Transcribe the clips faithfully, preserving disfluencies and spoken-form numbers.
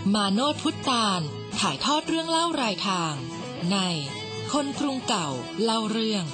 มาโนช พุทธานถ่ายทอดเรื่องเล่ารายทางในคนกรุงเก่าเล่าเรื่อง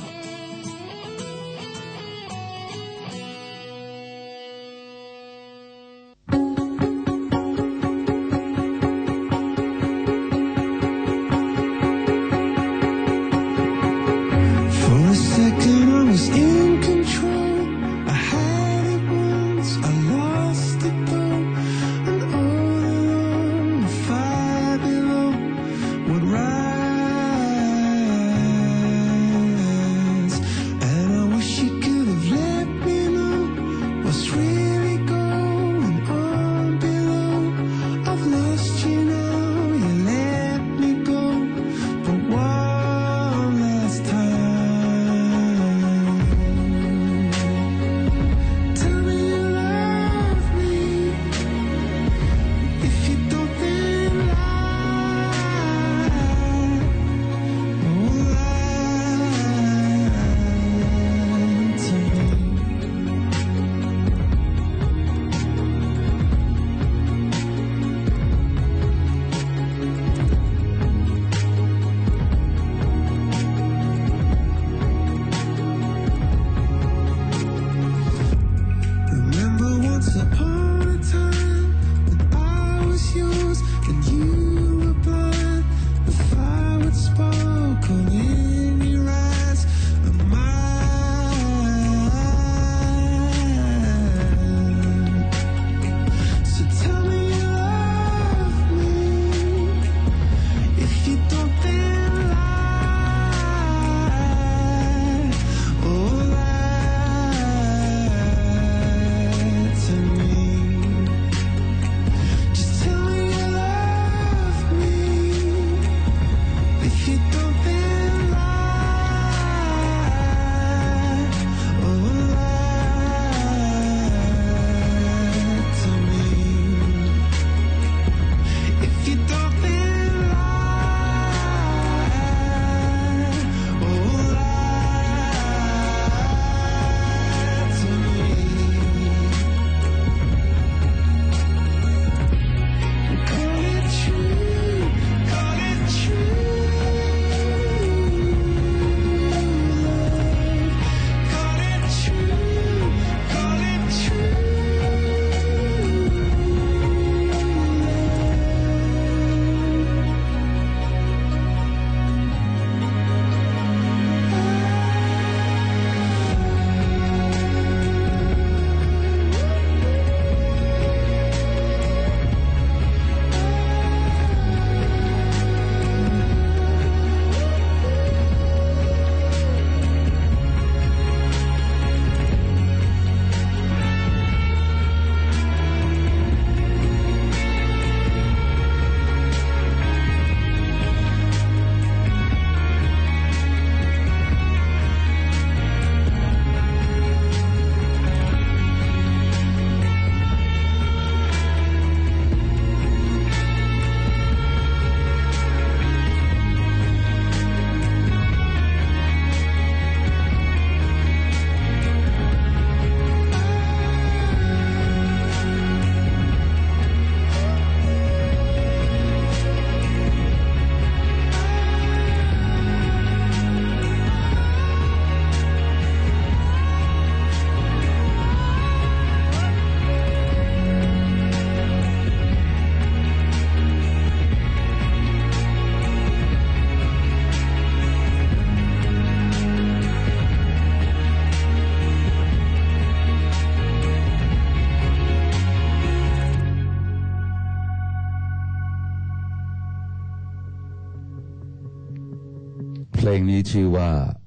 เพลงนี้ชื่อว่า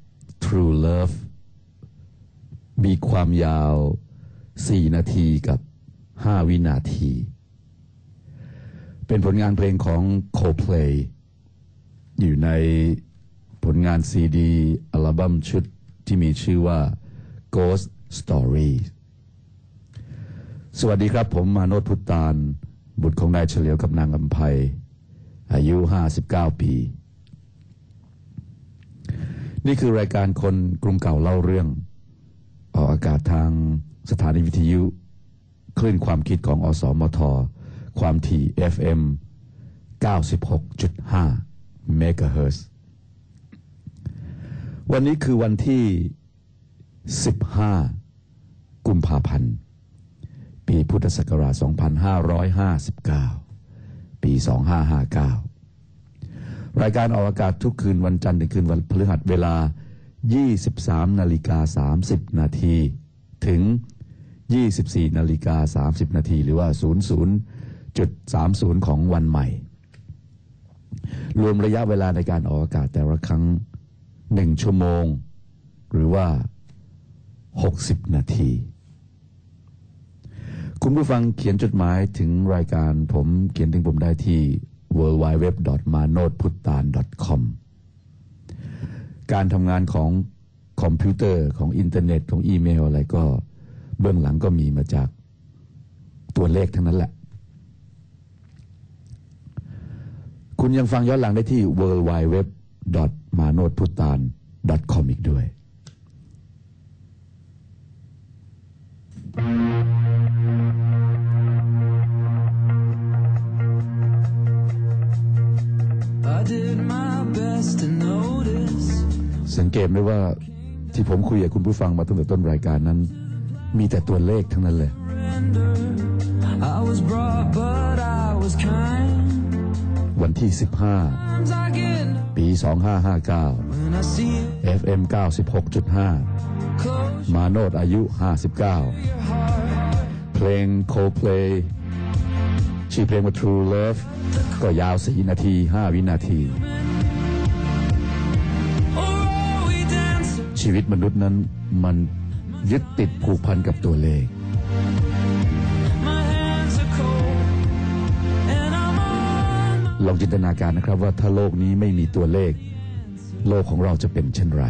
True Love มีความยาวสี่นาทีกับห้าวินาทีเป็นผลงานเพลงของ Coldplay อยู่ในผลงานซีดีอัลบั้มชุดที่มีชื่อว่า Ghost Story สวัสดีครับผมมาโนช พุทธานบุตรของนายเฉลียวกับนางอำไพอายุห้าสิบเก้าปีนี่คือรายการคนกรุงเก่าเล่าเรื่องออกอากาศทางสถานีวิทยุคลื่นความคิดของอสมทความถี่ เอฟ เอ็มเก้าสิบหกจุดห้า เมกะเฮิรตซ์ วันนี้คือวันที่สิบห้ากุมภาพันธ์ปีพุทธศักราชสองพันห้าร้อยห้าสิบเก้าปีสองพันห้าร้อยห้าสิบเก้ารายการออกอากาศทุกคืนวันจันทร์ถึงคืนวันพฤหัสเวลา ยี่สิบสามนาฬิกาสามสิบนาทีถึง ยี่สิบสี่นาฬิกาสามสิบนาทีหรือว่า ศูนย์ ศูนย์ จุด สามสิบ ของวันใหม่รวมระยะเวลาในการออกอากาศแต่ละครั้งหนึ่งชั่วโมงหรือว่าหกสิบนาทีคุณผู้ฟังเขียนจดหมายถึงรายการผมเขียนถึงผมได้ที่ ดับเบิลยู ดับเบิลยู ดับเบิลยู ดอท มาโนดพุตตาน ดอท คอม การทำงานของคอมพิวเตอร์ของอินเทอร์เน็ตของอีเมลอะไรก็เบื้องหลังก็มีมาจากตัวเลขทั้งนั้นแหละคุณยังฟังย้อนหลังได้ที่ ดับเบิลยู ดับเบิลยู ดับเบิลยู ดอท มาโนดพุตตาน ดอท คอม อีกด้วยสังเกตไหมว่าที่ผมคุยกับคุณผู้ฟังมาตั้งแต่ต้นรายการนั้นมีแต่ตัวเลขทั้งนั้นเลยวันที่สิบห้าปีสองพันห้าร้อยห้าสิบเก้า เอฟ เอ็ม เก้าสิบหกจุดห้า มาโนดอายุห้าสิบเก้าเพลง Coldplay ชื่อเพลงว่า True Love ก็ยาวสี่นาทีห้าวินาทีชีวิตมนุษย์นั้นมันยึดติดผูกพันกับตัวเลขลองจินตนาการนะครับว่าถ้าโลกนี้ไม่มีตัวเลขโลกของเราจะเป็นเช่นไร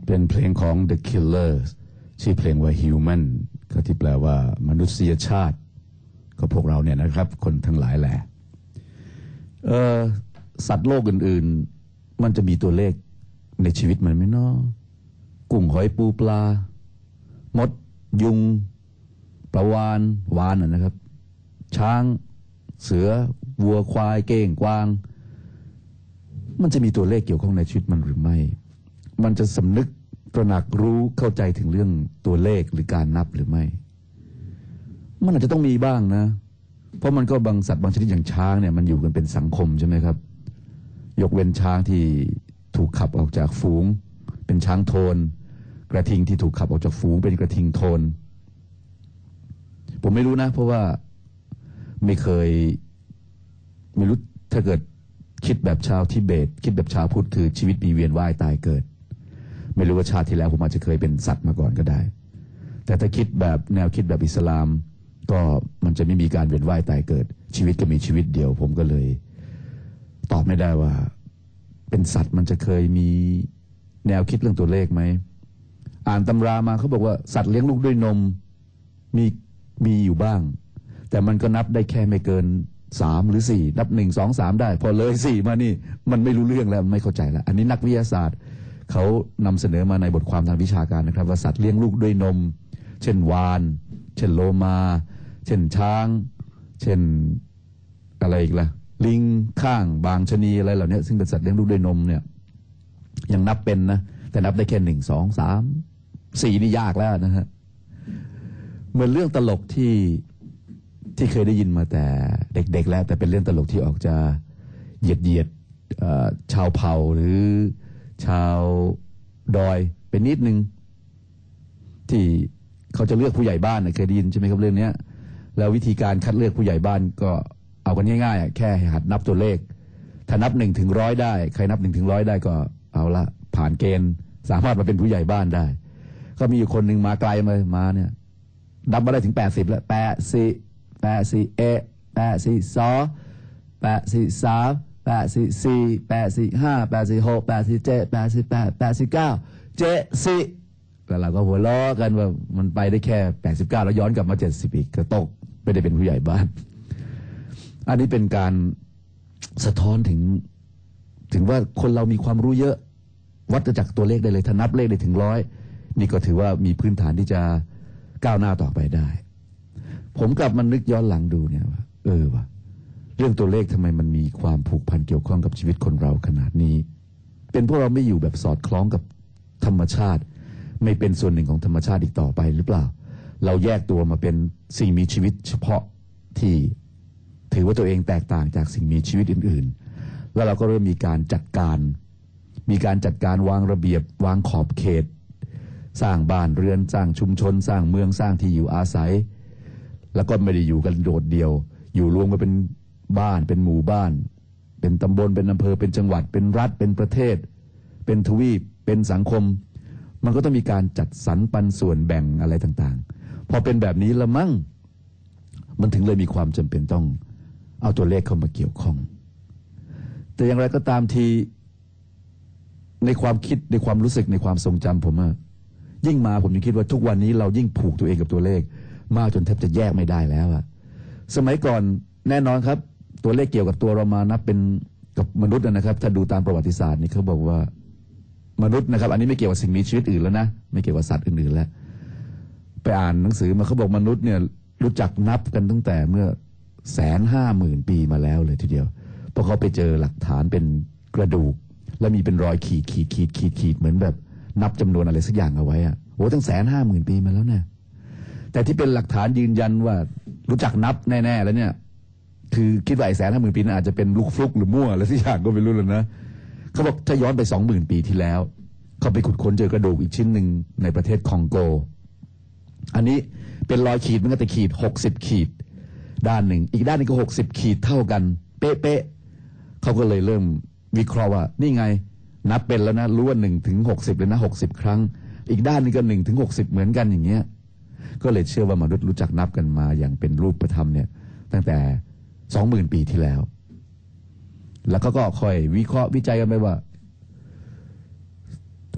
เป็นเพลงของ The Killers ชื่อเพลงว่า Human ก็ที่แปลว่ามนุษยชาติก็พวกเราเนี่ยนะครับคนทั้งหลายแหละเออสัตว์โลกอื่นๆมันจะมีตัวเลขในชีวิตมันไหมเนาะกุ้งหอยปูปลามดยุงปลาวาฬวาฬนะครับช้างเสือวัวควายเก้งกวางมันจะมีตัวเลขเกี่ยวข้องในชีวิตมันหรือไม่มันจะสำนึกตระหนักรู้เข้าใจถึงเรื่องตัวเลขหรือการนับหรือไม่มันอาจจะต้องมีบ้างนะเพราะมันก็บางสัตว์บางชนิดอย่างช้างเนี่ยมันอยู่กันเป็นสังคมใช่ไหมครับยกเว้นช้างที่ถูกขับออกจากฝูงเป็นช้างโทนกระทิงที่ถูกขับออกจากฝูงเป็นกระทิงโทนผมไม่รู้นะเพราะว่าไม่เคยไม่รู้ถ้าเกิดคิดแบบชาวทิเบตคิดแบบชาวพุทธคือชีวิตมีเวียนว่ายตายเกิดไม่รู้ว่าชาติที่แล้วผมอาจจะเคยเป็นสัตว์มาก่อนก็ได้แต่ถ้าคิดแบบแนวคิดแบบอิสลามก็มันจะไม่มีการเวียนว่ายตายเกิดชีวิตก็มีชีวิตเดียวผมก็เลยตอบไม่ได้ว่าเป็นสัตว์มันจะเคยมีแนวคิดเรื่องตัวเลขไหมอ่านตำรามาเขาบอกว่าสัตว์เลี้ยงลูกด้วยนมมีมีอยู่บ้างแต่มันก็นับได้แค่ไม่เกินสามหรือสี่นับหนึ่งสองสามได้พอเลยสี่มานี่มันไม่รู้เรื่องแล้วมันไม่เข้าใจแล้วอันนี้นักวิทยาศาสตร์เขานำเสนอมาในบทความทางวิชาการนะครับว่าสัตว์เลี้ยงลูกด้วยนมเช่นวาฬเช่นโลมาเช่นช้างเช่นอะไรอีกล่ะลิงข้างบางชนีอะไรเหล่านี้ซึ่งเป็นสัตว์เลี้ยงลูกด้วยนมเนี่ยยังนับเป็นนะแต่นับได้แค่หนึ่งสองสามสี่นี่ยากแล้วนะฮะเหมือนเรื่องตลกที่ที่เคยได้ยินมาแต่เด็กๆแล้วแต่เป็นเรื่องตลกที่ออกจะเหยียดเหยียดชาวเผ่าหรือชาวดอยเป็นนิดนึงที่เขาจะเลือกผู้ใหญ่บ้านเคยได้ยินใช่ไหมครับเรื่องนี้แล้ววิธีการคัดเลือกผู้ใหญ่บ้านก็เอากันง่ายๆแค่หัดนับตัวเลขถ้านับหนึ่งถึงร้อยได้ใครนับหนึ่งถึงร้อยได้ก็เอาละผ่านเกณฑ์สามารถมาเป็นผู้ใหญ่บ้านได้ก็มีอยู่คนหนึ่งมาไกลมามาเนี่ยนับมาได้ถึงแปดสิบแล้วแปดสี่แปดสี่เอแปดสี่สองแปดสี่สามแปดสี่สี่แปดสี่ห้าแปดสี่หกแปดสี่เจ็ดแปดสี่แปดแปดสี่เก้าเจ็ดสี่แล้วเราก็หัวล้อกันว่ามันไปได้แค่แปดสิบเก้าแล้วย้อนกลับมาเจ็ดสิบอีกก็ตกไม่ได้เป็นผู้ใหญ่บ้านอันนี้เป็นการสะท้อนถึงถึงว่าคนเรามีความรู้เยอะวัดจากตัวเลขได้เลยถ้านับเลขได้ถึงร้อยนี่ก็ถือว่ามีพื้นฐานที่จะก้าวหน้าต่อไปได้ผมกลับมานึกย้อนหลังดูเนี่ยว่าเออว่ะเรื่องตัวเลขทำไมมันมีความผูกพันเกี่ยวข้องกับชีวิตคนเราขนาดนี้เป็นเพราะเราไม่อยู่แบบสอดคล้องกับธรรมชาติไม่เป็นส่วนหนึ่งของธรรมชาติอีกต่อไปหรือเปล่าเราแยกตัวมาเป็นสิ่งมีชีวิตเฉพาะที่ถือว่าตัวเองแตกต่างจากสิ่งมีชีวิตอื่นๆแล้วเราก็เริ่มมีการจัดการมีการจัดการวางระเบียบวางขอบเขตสร้างบ้านเรือนสร้างชุมชนสร้างเมืองสร้างที่อยู่อาศัยแล้วก็ไม่ได้อยู่กันโดดเดี่ยวอยู่รวมกันเป็นบ้านเป็นหมู่บ้านเป็นตำบลเป็นอำเภอเป็นจังหวัดเป็นรัฐเป็นประเทศเป็นทวีปเป็นสังคมมันก็ต้องมีการจัดสรรปันส่วนแบ่งอะไรต่างๆพอเป็นแบบนี้ละมั่งมันถึงเลยมีความจำเป็นต้องเอาตัวเลขเข้ามาเกี่ยวข้องแต่อย่างไรก็ตามทีในความคิดในความรู้สึกในความทรงจำผมอะยิ่งมาผมยังคิดว่าทุกวันนี้เรายิ่งผูกตัวเองกับตัวเลขมากจนแทบจะแยกไม่ได้แล้วอะสมัยก่อนแน่นอนครับตัวเลขเกี่ยวกับตัวเรามานับเป็นกับมนุษย์นะครับถ้าดูตามประวัติศาสตร์นี่เขาบอกว่ามนุษย์นะครับอันนี้ไม่เกี่ยวกับสิ่งมีชีวิตอื่นแล้วนะไม่เกี่ยวกับสัตว์อื่นๆแล้วไปอ่านหนังสือมาเขาบอกมนุษย์เนี่ยรู้จักนับกันตั้งแต่เมื่อแสนห้าหมื่นปีมาแล้วเลยทีเดียวเพราะเขาไปเจอหลักฐานเป็นกระดูกแล้วมีเป็นรอยขีดขีดขีดขีดขีดเหมือนแบบนับจำนวนอะไรสักอย่างเอาไว้อะโอ้ตั้งแสนห้าหมื่นปีมาแล้วเนี่ยแต่ที่เป็นหลักฐานยืนยันว่ารู้จักนับแน่ๆแล้วเนี่ยคือคิดว่าไอ้แสนห้าหมื่นปีนั้นอาจจะเป็นลูกฟลุกหรือมั่วอะไรสักอย่างก็ไม่รู้แล้วนะเขาบอกถ้าย้อนไปสองหมื่นปีที่แล้วเขาไปขุดค้นเจอกระดูกอีกชิ้นหนึ่งในประเทศคองโกอันนี้เป็นรอยขีดมันก็แต่ขีดหกสิบขีดด้านหนึ่งอีกด้านนึงก็หกสิบขีดเท่ากันเป๊ะๆเขาก็เลยเริ่มวิเคราะห์ว่านี่ไงนับเป็นแล้วนะรู้ว่าหนึ่งถึงหกสิบเลยนะหกสิบครั้งอีกด้านนึงก็หนึ่งถึงหกสิบเหมือนกันอย่างเงี้ยก็เลยเชื่อว่ามนุษย์รู้จักนับกันมาอย่างเป็นรูปธรรมเนี่ยตั้งแต่สองหมื่นปีที่แล้วแล้วก็ก็ค่อยวิเคราะห์วิจัยกันไปว่า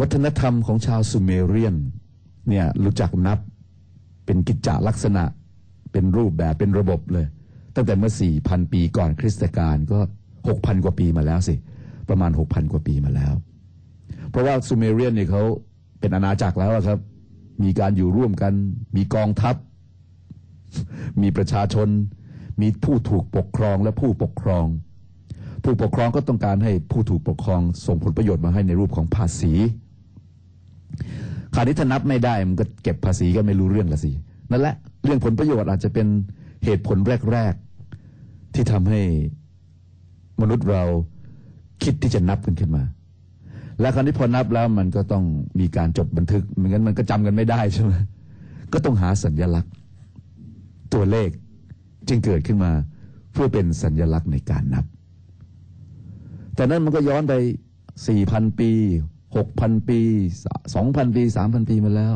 วัฒนธรรมของชาวซูเมเรียนเนี่ยรู้จักนับเป็นกิจจลักษณะเป็นรูปแบบเป็นระบบเลยตั้งแต่เมื่อ สี่พัน ปีก่อนคริสตกาลก็ หกพัน กว่าปีมาแล้วสิประมาณ หกพัน กว่าปีมาแล้วเพราะว่าซูเมเรียนเนี่ยเขาเป็นอาณาจักรแล้วครับมีการอยู่ร่วมกันมีกองทัพมีประชาชนมีผู้ถูกปกครองและผู้ปกครองผู้ปกครองก็ต้องการให้ผู้ถูกปกครองส่งผลประโยชน์มาให้ในรูปของภาษีคราวนี้ถ้านับไม่ได้มันก็เก็บภาษีก็ไม่รู้เรื่องละสินั่นแหละเรื่องผลประโยชน์อาจจะเป็นเหตุผลแรกๆที่ทำให้มนุษย์เราคิดที่จะนับกันขึ้นมาและคราวนี้พอนับแล้วมันก็ต้องมีการจดบันทึกไม่งั้นมันก็จำกันไม่ได้ใช่ไหมก็ต้องหาสัญลักษณ์ตัวเลขจึงเกิดขึ้นมาเพื่อเป็นสัญลักษณ์ในการนับแต่นั้นมันก็ย้อนไป สี่พัน ปี หกพัน ปี สองพัน ปี สามพัน ปีมาแล้ว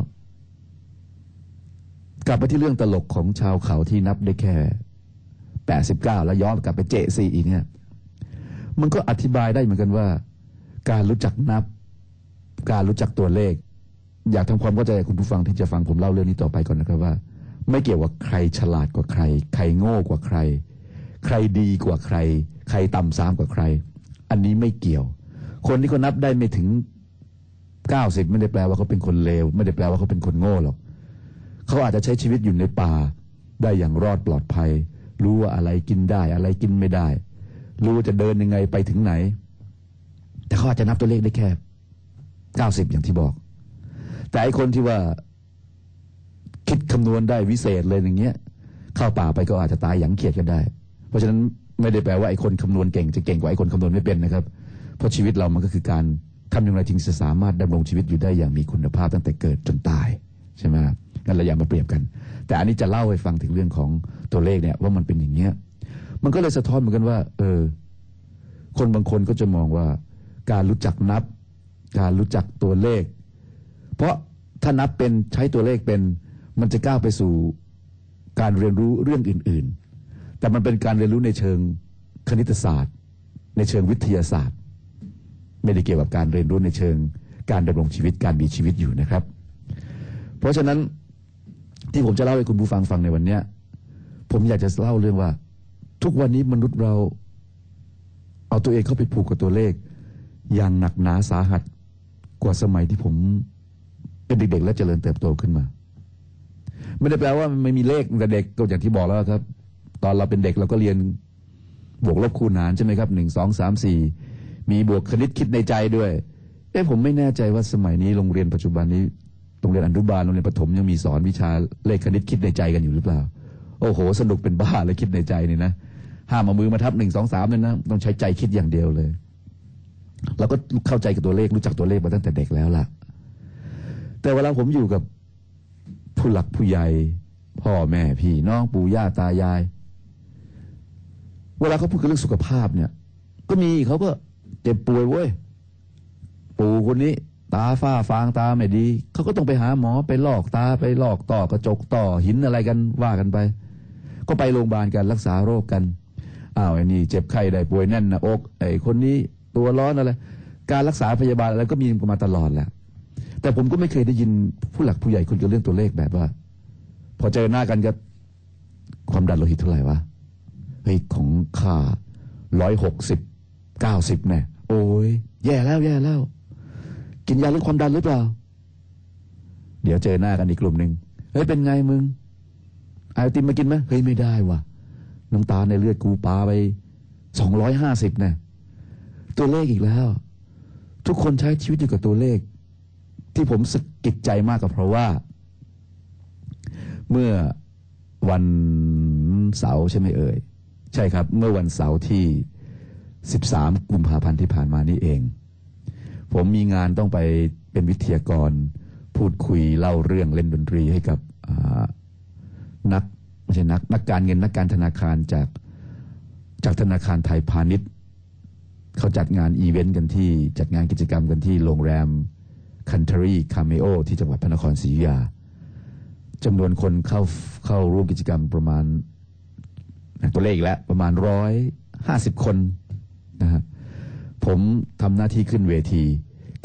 กลับไปที่เรื่องตลกของชาวเขาที่นับได้แค่แปดสิบเก้าแล้วย้อนกลับไปเจซีอีกเนี่ยมันก็อธิบายได้เหมือนกันว่าการรู้จักนับการรู้จักตัวเลขอยากทำความเข้าใจคุณผู้ฟังที่จะฟังผมเล่าเรื่องนี้ต่อไปก่อนนะครับว่าไม่เกี่ยวกับใครฉลาดกว่าใครใครโง่กว่าใครใครดีกว่าใครใครต่ำซ้ำกว่าใครอันนี้ไม่เกี่ยวคนที่เขานับได้ไม่ถึงเก้าสิบไม่ได้แปลว่าเขาเป็นคนเลวไม่ได้แปลว่าเขาเป็นคนโง่หรอกเขาอาจจะใช้ชีวิตอยู่ในป่าได้อย่างรอดปลอดภัยรู้ว่าอะไรกินได้อะไรกินไม่ได้รู้ว่าจะเดินยังไงไปถึงไหนแต่เขาอาจจะนับตัวเลขได้แค่เก้าสิบอย่างที่บอกแต่ไอ้คนที่ว่าคิดคำนวณได้วิเศษเลยอย่างเงี้ยเข้าป่าไปก็อาจจะตายอย่างเขียดก็ได้เพราะฉะนั้นไม่ได้แปลว่าไอ้คนคำนวณเก่งจะเก่งกว่าไอ้คนคำนวณไม่เป็นนะครับเพราะชีวิตเรามันก็คือการทำอย่างไรจึงจะสามารถดำรงชีวิตอยู่ได้อย่างมีคุณภาพตั้งแต่เกิดจนตายใช่ไหมงั้นเราอย่ามาเปรียบกันแต่อันนี้จะเล่าให้ฟังถึงเรื่องของตัวเลขเนี่ยว่ามันเป็นอย่างเงี้ยมันก็เลยสะท้อนเหมือนกันว่าเออคนบางคนก็จะมองว่าการรู้จักนับการรู้จักตัวเลขเพราะถ้านับเป็นใช้ตัวเลขเป็นมันจะก้าวไปสู่การเรียนรู้เรื่องอื่นๆแต่มันเป็นการเรียนรู้ในเชิงคณิตศาสตร์ในเชิงวิทยาศาสตร์ไม่ได้เกี่ยวกับการเรียนรู้ในเชิงการดำรงชีวิตการมีชีวิตอยู่นะครับเพราะฉะนั้นที่ผมจะเล่าให้คุณผู้ฟังฟังในวันนี้ผมอยากจะเล่าเรื่องว่าทุกวันนี้มนุษย์เราเอาตัวเองเข้าไปผูกกับตัวเลขอย่างหนักหนาสาหัสกว่าสมัยที่ผมเป็นเด็กๆและเจริญเติบโตขึ้นมาไม่ได้แปลว่ามันไม่มีเลขแต่เด็กก็อย่างที่บอกแล้วครับตอนเราเป็นเด็กเราก็เรียนบวกลบคูณหารใช่ไหมครับหนึ่งสองสามสี่มีบวกคณิตคิดในใจด้วยเอ๊ะผมไม่แน่ใจว่าสมัยนี้โรงเรียนปัจจุบันนี้โรงเรียนอนุบาลโรงเรียนประถมยังมีสอนวิชาเลขคณิตคิดในใจกันอยู่หรือเปล่าโอ้โหสนุกเป็นบ้าเลยคิดในใจนี่นะห้ามเอามือมาทับหนึ่งสองสามเลยนะต้องใช้ใจคิดอย่างเดียวเลยเราก็เข้าใจกับตัวเลขรู้จักตัวเลขมาตั้งแต่เด็กแล้วล่ะแต่เวลาผมอยู่กับผู้หลักผู้ใหญ่พ่อแม่พี่น้องปู่ย่าตายายเวลาเขาพูดเรื่องสุขภาพเนี่ยก็มีเขาก็เจ็บป่วยเว้ยปู่คนนี้ตาฝ้าฟางตาไม่ดีเขาก็ต้องไปหาหมอไปลอกตาไปลอกต่อกระจกต่อหินอะไรกันว่ากันไปก็ไปโรงพยาบาลกันรักษาโรคกันอ้าวไอ้นี่เจ็บไข้ได้ป่วยแน่นหน้าอกไอ้คนนี้ตัวร้อนอะไรการรักษาพยาบาลอะไรก็มีมาตลอดแหละแต่ผมก็ไม่เคยได้ยินผู้หลักผู้ใหญ่คุยกันเรื่องตัวเลขแบบว่าพอเจอหน้ากันก็ความดันโลหิตเท่าไหร่วะเฮ้ยของข้าร้อยหกสิบเก้าสิบแน่โอ้ยแย่แล้วแย่แล้วกินยาลดความดันหรือเปล่าเดี๋ยวเจอหน้ากันอีกกลุ่มหนึ่งเฮ้ยเป็นไงมึงไอติมมากินไหมเฮ้ยไม่ได้ว่ะน้ำตาลในเลือดกูปาไปสองร้อยห้าสิบแน่ตัวเลขอีกแล้วทุกคนใช้ชีวิตอยู่กับตัวเลขที่ผมสะกิดใจมากก็เพราะว่าเมื่อวันเสาร์ใช่ไหมเอ่ยใช่ครับเมื่อวันเสาร์ที่สิบสามกุมภาพันธ์ที่ผ่านมานี้เองผมมีงานต้องไปเป็นวิทยากรพูดคุยเล่าเรื่องเล่นดนตรีให้กับนักไม่ใช่นักนักการเงินนักการธนาคารจากจากธนาคารไทยพาณิชย์เขาจัดงานอีเวนต์กันที่จัดงานกิจกรรมกันที่โรงแรมคันทรีคาเมโอที่จังหวัดพระนครศรีอยุธยาจำนวนคนเข้าเข้าร่วมกิจกรรมประมาณตัวเลขแล้วประมาณร้อยห้าสิบคนนะฮะผมทำหน้าที่ขึ้นเวที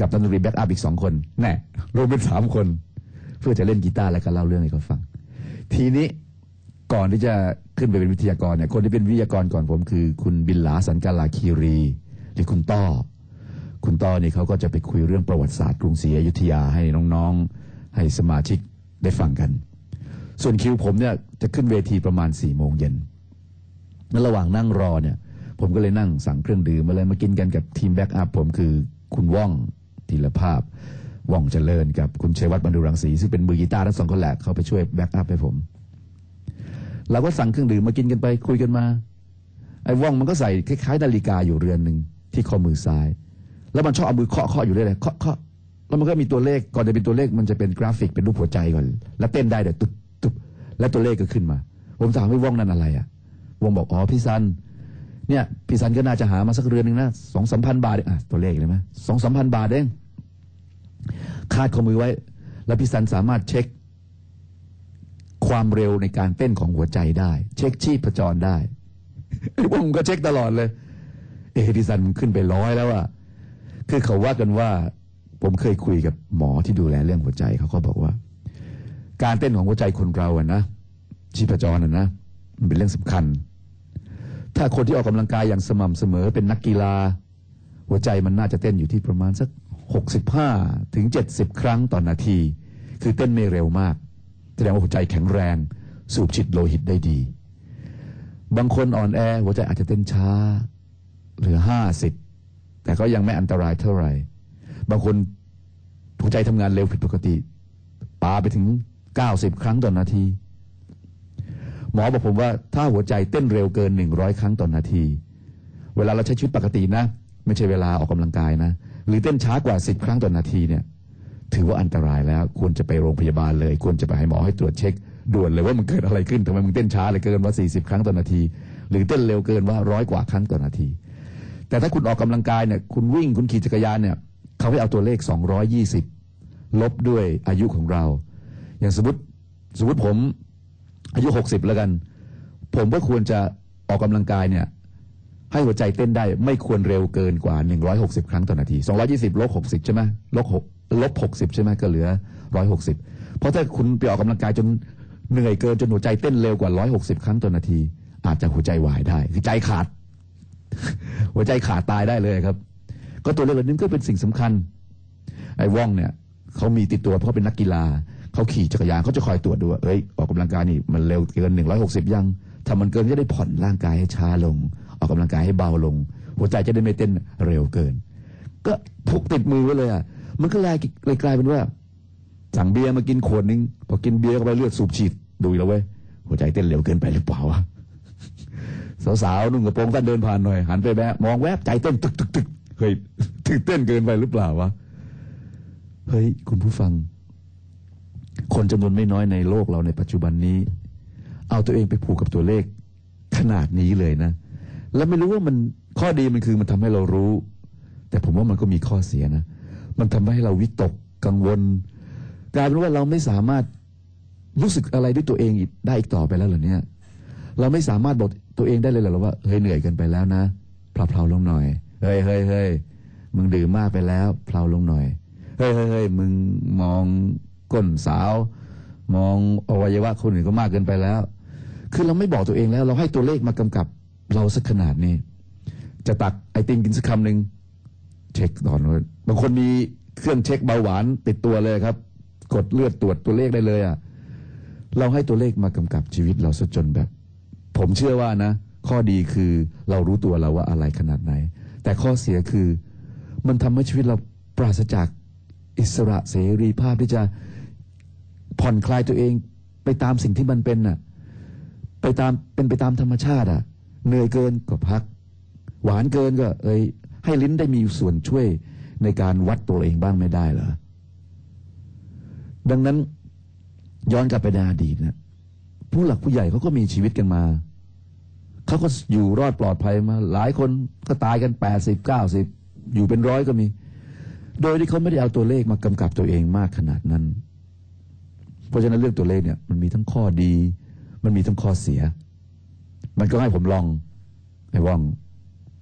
กับดนตรีแบ็กอัพอีกสองคนแน่รวมเป็นสามคนเพื่อจะเล่นกีตาร์และก็เล่าเรื่องให้เขาฟังทีนี้ก่อนที่จะขึ้นไปเป็นวิทยากรเนี่ยคนที่เป็นวิทยากรก่อนผมคือคุณบิลลาสันกาลาคีรีหรือคุณต้อคุณต้อนี่เขาก็จะไปคุยเรื่องประวัติศาสตร์กรุงศรีอยุธยาให้น้องๆให้สมาชิกได้ฟังกันส่วนคิวผมเนี่ยจะขึ้นเวทีประมาณสี่โมงเย็นในระหว่างนั่งรอเนี่ยผมก็เลยนั่งสั่งเครื่องดื่มมาเลยมากินกันกับทีมแบ็กอัพผมคือคุณว่องธีรภาพว่องเจริญกับคุณชัยวัฒน์บรรดุรังสีซึ่งเป็นมือกีตาร์ทั้งสองคนแหละเขาไปช่วยแบ็กอัพให้ผมเราก็สั่งเครื่องดื่มมากินกันไปคุยกันมาไอ้ว่องมันก็ใส่คล้ายๆนาฬิกาอยู่เรือนหนึ่งที่ข้อมือซ้ายแล้วมันชอบเอามือเคาะเคาะอยู่เรื่อยๆเคาะเคาะแล้วมันก็มีตัวเลขก่อนจะเป็นตัวเลขมันจะเป็นกราฟิกเป็นรูปหัวใจก่อนแล้วเต้นได้เดี๋ยวตุ๊บตุ๊บแล้วตัวเลขก็ขึ้นมาผมถามไอ้ว่องนั่นอะไรอ่ะว่องบอกอ๋อพี่ซันเนี่ยพี่ซันก็น่าจะหามาสักเรือนหนึ่งนะสองสามพันบาทอ่ะตัวเลขเลยไหมสองสามพันบาทเองคาดข้อมือไว้แล้วพี่ซันสามารถเช็คความเร็วในการเต้นของหัวใจได้เช็คชีพจรได้ไอ้ผมก็เช็คตลอดเลยเอพี่ซันมันขึ้นไปร้อยแล้วอะคือเขาว่ากันว่าผมเคยคุยกับหมอที่ดูแลเรื่องหัวใจเขาก็บอกว่าการเต้นของหัวใจคนเราอะนะชีพจรอะนะมันเป็นเรื่องสำคัญถ้าคนที่ออกกำลังกายอย่างสม่ำเสมอเป็นนักกีฬาหัวใจมันน่าจะเต้นอยู่ที่ประมาณสักหกสิบห้าถึงเจ็ดสิบครั้งต่อนาทีคือเต้นไม่เร็วมากแสดงว่าหัวใจแข็งแรงสูบฉีดโลหิตได้ดีบางคนอ่อนแอหัวใจอาจจะเต้นช้าเหลือห้าสิบแต่ก็ยังไม่อันตรายเท่าไหร่บางคนหัวใจทำงานเร็วผิดปกติปาไปถึงเก้าสิบครั้งต่อนาทีหมอบอกผมว่าถ้าหัวใจเต้นเร็วเกินหนึ่งร้อยครั้งต่อนาทีเวลาเราใช้ชีวิตปกตินะไม่ใช่เวลาออกกำลังกายนะหรือเต้นช้ากว่าสิบครั้งต่อนาทีเนี่ยถือว่าอันตรายแล้วควรจะไปโรงพยาบาลเลยควรจะไปให้หมอให้ตรวจเช็คด่วนเลยว่ามันเกิดอะไรขึ้นทำไมมึงเต้นช้าเลยเกินว่าสี่สิบครั้งต่อนาทีหรือเต้นเร็วเกินว่าร้อยกว่าครั้งต่อนาทีแต่ถ้าคุณออกกำลังกายเนี่ยคุณวิ่งคุณขี่จักรยานเนี่ยเขาให้เอาตัวเลขสองร้อยยี่สิบลบด้วยอายุของเราอย่างสมมติสมมติผมอายุหกสิบแล้วกันผมก็ควรจะออกกำลังกายเนี่ยให้หัวใจเต้นได้ไม่ควรเร็วเกินกว่าหนึ่งร้อยหกสิบครั้งต่อนาทีสองร้อยยี่สิบลบหกสิบใช่ไหมลบหกลบหกสิบใช่ไหมก็เหลือหนึ่งร้อยหกสิบเพราะถ้าคุณไปออกกำลังกายจนเหนื่อยเกินจนหัวใจเต้นเร็วกว่าหนึ่งร้อยหกสิบครั้งต่อนาทีอาจจะหัวใจวายได้คือใจขาด หัวใจขาดตายได้เลยครับก็ตัวเลขแบบนี้ก็เป็นสิ่งสำคัญไอ้ว่องเนี่ยเขามีติดตัวเพราะเป็นนักกีฬาเขาขี่จักรยานเขาจะคอยตรวจดูว่าเอ้ยออกกำลังกายนี่มันเร็วเกินหนึ่งร้อยหกสิบยังถ้ามันเกินจะได้ผ่อนร่างกายให้ช้าลงออกกำลังกายให้เบาลงหัวใจจะได้ไม่เต้นเร็วเกินก็พกติดมือไว้เลยอ่ะมันก็เลยเลยกลายเป็นว่าสั่งเบียร์มากินขวดนึงพอกินเบียร์เข้าไปเลือดสูบฉีดดูแล้วเว้ยหัวใจเต้นเร็วเกินไปหรือเปล่าวะสาวๆนุ่งกระโปรงสั้นเดินผ่านหน่อยหันไปแวะมองแวบใจเต้นตึกตึกตึกเฮ้ยตื่นเต้นเกินไปหรือเปล่าวะเฮ้ยคุณผู้ฟังคนจำนวนไม่น้อยในโลกเราในปัจจุบันนี้เอาตัวเองไปผูกกับตัวเลขขนาดนี้เลยนะแล้วไม่รู้ว่ามันข้อดีมันคือมันทำให้เรารู้แต่ผมว่ามันก็มีข้อเสียนะมันทำให้เราวิตกกังวลกลายเป็นว่าเราไม่สามารถรู้สึกอะไรด้วยตัวเองได้อีกต่อไปแล้วเหรอเนี่ยเราไม่สามารถบอกตัวเองได้เลยเหรอว่าเฮ้ยเหนื่อยกันไปแล้วนะเพลาๆลงหน่อยเฮ้ยเฮ้ยเฮ้ยมึงดื่มมากไปแล้วเพลาลงหน่อยเฮ้ยเฮ้ยเฮ้ยมึงมองก้นสาวมองอวัยวะคนอื่นก็มากเกินไปแล้วคือเราไม่บอกตัวเองแล้วเราให้ตัวเลขมากำกับเราสักขนาดนี้จะตักไอติมกินสักคำหนึ่งเช็คก่อนว่าบางคนมีเครื่องเช็คเบาหวานติดตัวเลยครับกดเลือดตรวจตัวเลขได้เลยอ่ะเราให้ตัวเลขมากำกับชีวิตเราซะจนแบบผมเชื่อว่านะข้อดีคือเรารู้ตัวเราว่าอะไรขนาดไหนแต่ข้อเสียคือมันทำให้ชีวิตเราปราศจากอิสระเสรีภาพที่จะผ่อนคลายตัวเองไปตามสิ่งที่มันเป็นน่ะไปตามเป็นไปตามธรรมชาติอ่ะเหนื่อยเกินก็พักหวานเกินก็เอ้ยให้ลิ้นได้มีส่วนช่วยในการวัดตัวเองบ้างไม่ได้เหรอดังนั้นย้อนกลับไปในอดีตนะผู้หลักผู้ใหญ่เขาก็มีชีวิตกันมาเขาก็อยู่รอดปลอดภัยมาหลายคนก็ตายกันแปดสิบเก้าสิบอยู่เป็นร้อยก็มีโดยที่เขาไม่ได้เอาตัวเลขมากำกับตัวเองมากขนาดนั้นเพราะฉะนั้นเรื่องตัวเลขเนี่ยมันมีทั้งข้อดีมันมีทั้งข้อเสียมันก็ให้ผมลองไอ้ว่อง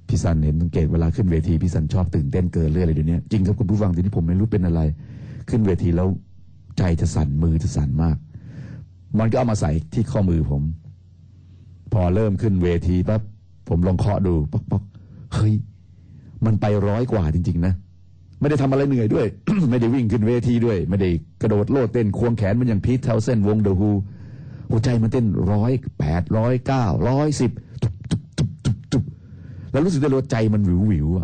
พี่สันเห็นสังเกตเวลาขึ้นเวทีพี่สันชอบตื่นเต้นเกินเรื่อยเลยเดี๋ยวนี้จริงครับคุณผู้ฟังทีนี้ผมไม่รู้เป็นอะไรขึ้นเวทีแล้วใจจะสั่นมือจะสั่นมากมันก็เอามาใส่ที่ข้อมือผมพอเริ่มขึ้นเวทีปั๊บผมลองเคาะดูป๊อกป๊อกเฮ้ยมันไปร้อยกว่าจริงๆนะไม่ได้ทำอะไรเหนื่อยด้วย ไม่ได้วิ่งขึ้นเวทีด้วยไม่ได้กระโดดโลดเต้นควงแขนมันอย่างพีทเทลเซนวงเดอะฮูหัวใจมันเต้นร้อยแปดร้อยเก้าร้อยสิบตุบตุบตุบตุบตุบแล้วรู้สึกได้ว่าใจมันวิววิวอ่ะ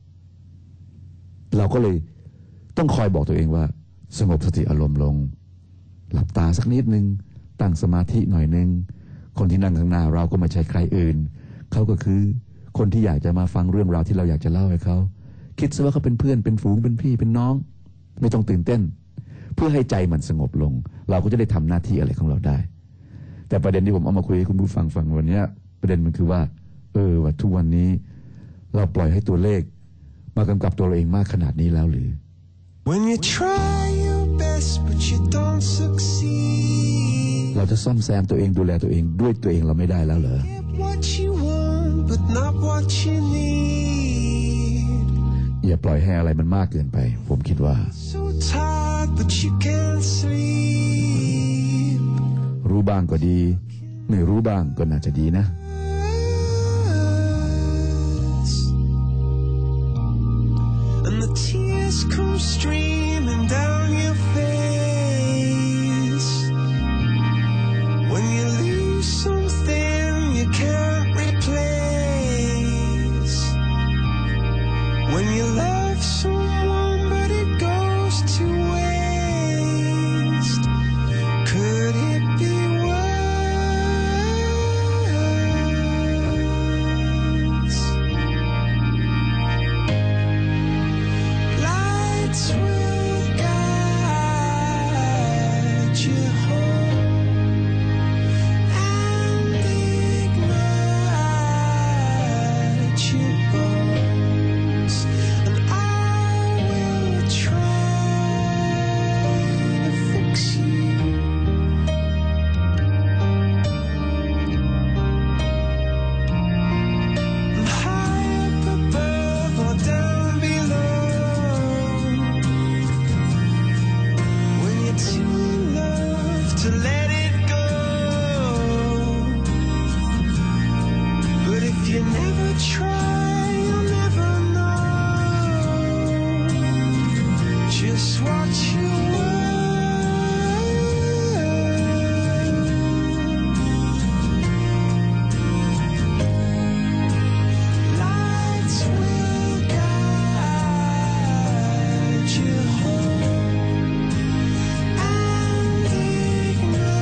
เราก็เลยต้องคอยบอกตัวเองว่าสงบสติอารมณ์ลงหลับตาสักนิดนึงตั้งสมาธิหน่อยนึงคนที่นั่งข้างหน้าเราก็ไม่ใช่ใครอื่นเขาก็คือคนที่อยากจะมาฟังเรื่องราวที่เราอยากจะเล่าให้เขาคิดซะว่าเขาเป็นเพื่อนเป็นฝูงเป็นพี่เป็นน้องไม่ต้องตื่นเต้นเพื่อให้ใจมันสงบลงเราก็จะได้ทำหน้าที่อะไรของเราได้แต่ประเด็นที่ผมเอามาคุยให้คุณผู้ฟังฟังวันนี้ประเด็นมันคือว่าเออว่าทุกวันนี้เราปล่อยให้ตัวเลขมากำกับตัวเราเองมากขนาดนี้แล้วหรือ When you try your best but you don't succeed เราจะซ่อมแซมตัวเองดูแลตัวเองด้วยตัวเองเราไม่ได้แล้วเหรอ Get what you want but not what you need อย่าปล่อยให้อะไรมันมากเกินไปผมคิดว่า So tired but you can't sleep รู้บ้างก็ดีไม่รู้บ้างก็น่าจะดีนะ And the tears come streaming down your face When you lose something you can't replace When you love someone but it goes to waste Could it be worse? Lights will guide you home and ignite your bones, and I will try to fix you. And high up above or down below, when you're too in love to let it go. But if you never try, you'll never know just what you were. Lights will guide you home and ignite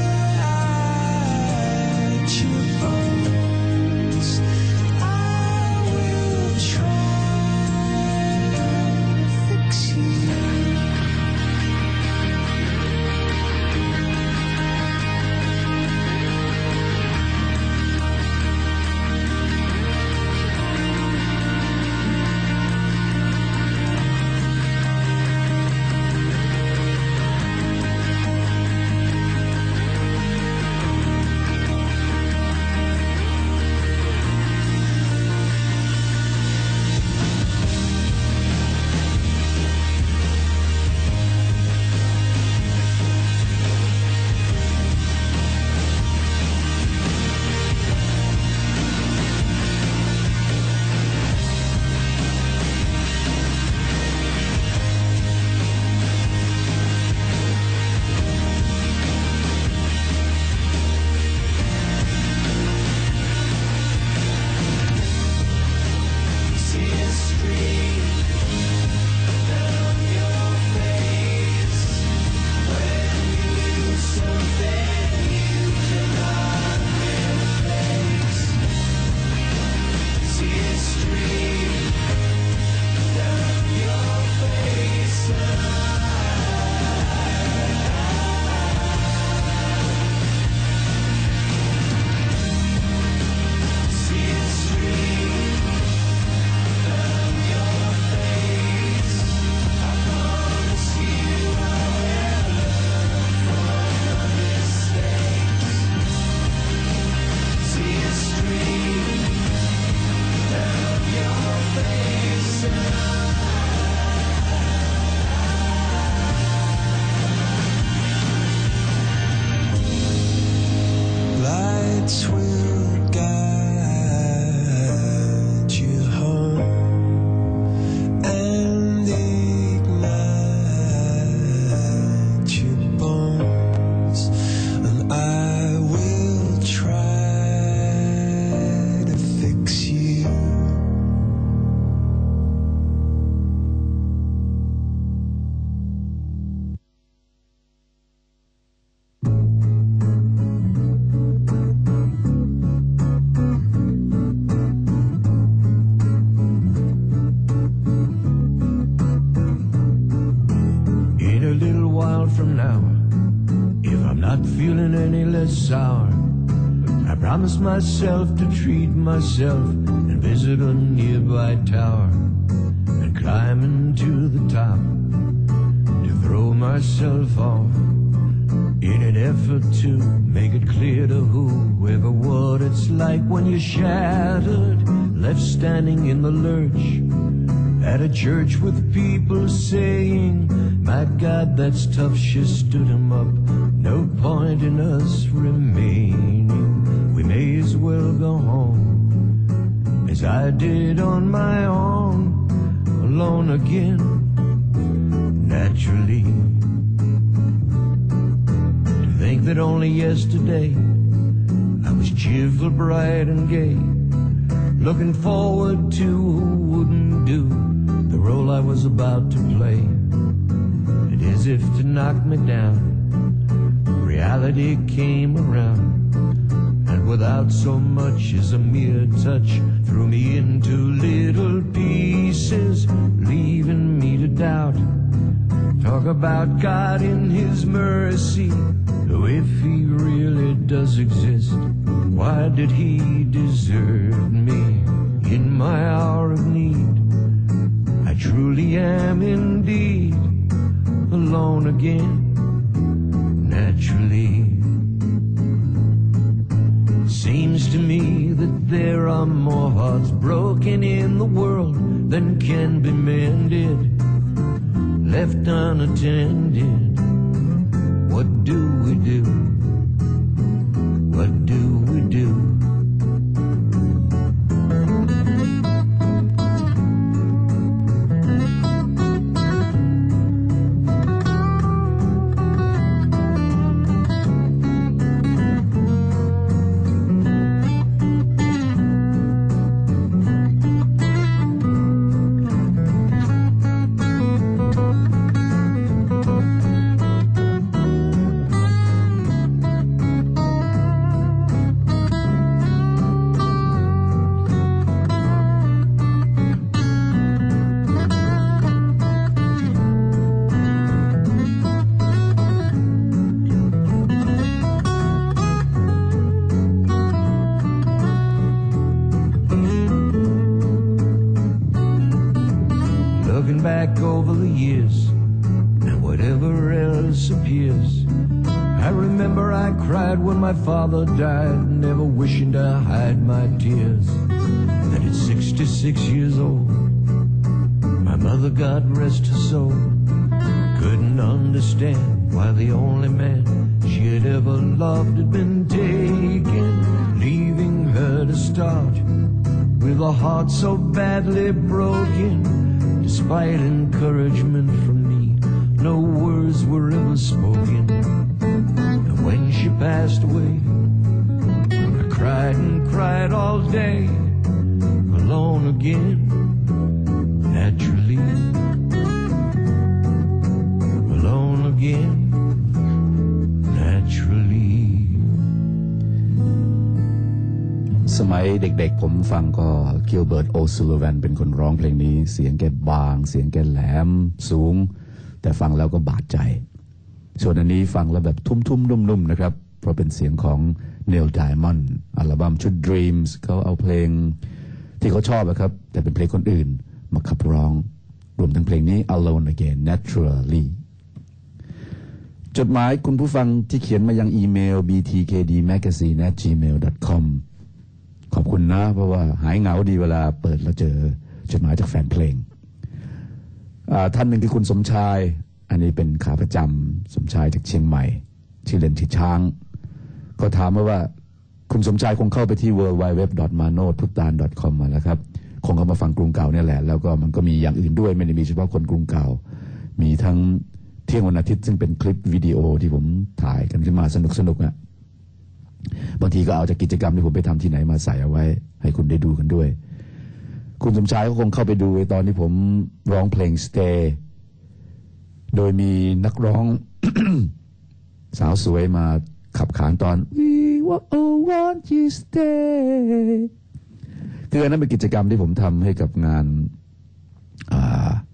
from now. If I'm not feeling any less sour, I promise myself to treat myself and visit a nearby tower and climb into the top to throw myself off in an effort to make it clear to whoever what it's like when you're shattered, left standing in the lurch at a church with people saying, my God, that's tough, she stood him up, no point in us remaining, we may as well go home, as I did on my own, alone again, naturally. To think that only yesterday I was cheerful, bright and gay, looking forward to who wouldn't do the role I was about to play. And as if to knock me down, reality came around, and without so much as a mere touch, threw me into little pieces, leaving me to doubt. Talk about God in His mercy, oh, if He really does exist, why did He desert me in my hour of need? I truly am indeed alone again, naturally. Seems to me that there are more hearts broken in the world than can be mended, left unattended. What do we do? What do we do? Back over the years and whatever else appears, I remember I cried when my father died, never wishing to hide my tears. That at sixty-six years old, my mother, God rest her soul, couldn't understand why the only man she had ever loved had been taken, leaving her to start with a heart so badly broken. Despite encouragement from me, no words were ever spoken. And when she passed away, I cried and cried all day, alone again, naturally. Alone again, naturally. สมัยเด็กๆผมฟังก็กิลเบิร์ต โอซูลิแวนเป็นคนร้องเพลงนี้เสียงแกบางเสียงแกแหลมสูงแต่ฟังแล้วก็บาดใจส่วนอันนี้ฟังแล้วแบบทุ่มๆนุ่มๆนะครับเพราะเป็นเสียงของเนล ไดมอนด์อัลบั้มชุด Dreams เขาเอาเพลงที่เขาชอบนะครับแต่เป็นเพลงคนอื่นมาขับร้องรวมทั้งเพลงนี้ Alone Again Naturally จดหมายคุณผู้ฟังที่เขียนมายังอีเมล บี ที เค ดี แมกาซีน แอท จี เมล ดอท คอม ขอบคุณนะเพราะว่าหายเหงาดีเวลาเปิดแล้วเจอจดหมายจากแฟนเพลงท่านหนึ่งคือคุณสมชายอันนี้เป็นขาประจำสมชายจากเชียงใหม่ชื่อเล่นชื่อช้างก็ถามมาว่าคุณสมชายคงเข้าไปที่ ดับเบิลยู ดับเบิลยู ดับเบิลยู ดอท มาโนด พุตาน ดอท คอม มาแล้วครับคงเข้ามาฟังกรุงเก่าเนี่ยแหละแล้วก็มันก็มีอย่างอื่นด้วยไม่ได้มีเฉพาะคนกรุงเก่ามีทั้งเที่ยงวันอาทิตย์ซึ่งเป็นคลิปวิดีโอที่ผมถ่ายกันขึ้นมาสนุกๆอ่ะบางทีก็เอาจากกิจกรรมที่ผมไปทำที่ไหนมาใส่เอาไว้ให้คุณได้ดูกันด้วยคุณสมชายก็คงเข้าไปดูตอนที่ผมร้องเพลง Stay โดยมีนักร้อง สาวสวยมาขับขานตอน We want you stay คืออันนั้นเป็นกิจกรรมที่ผมทำให้กับงาน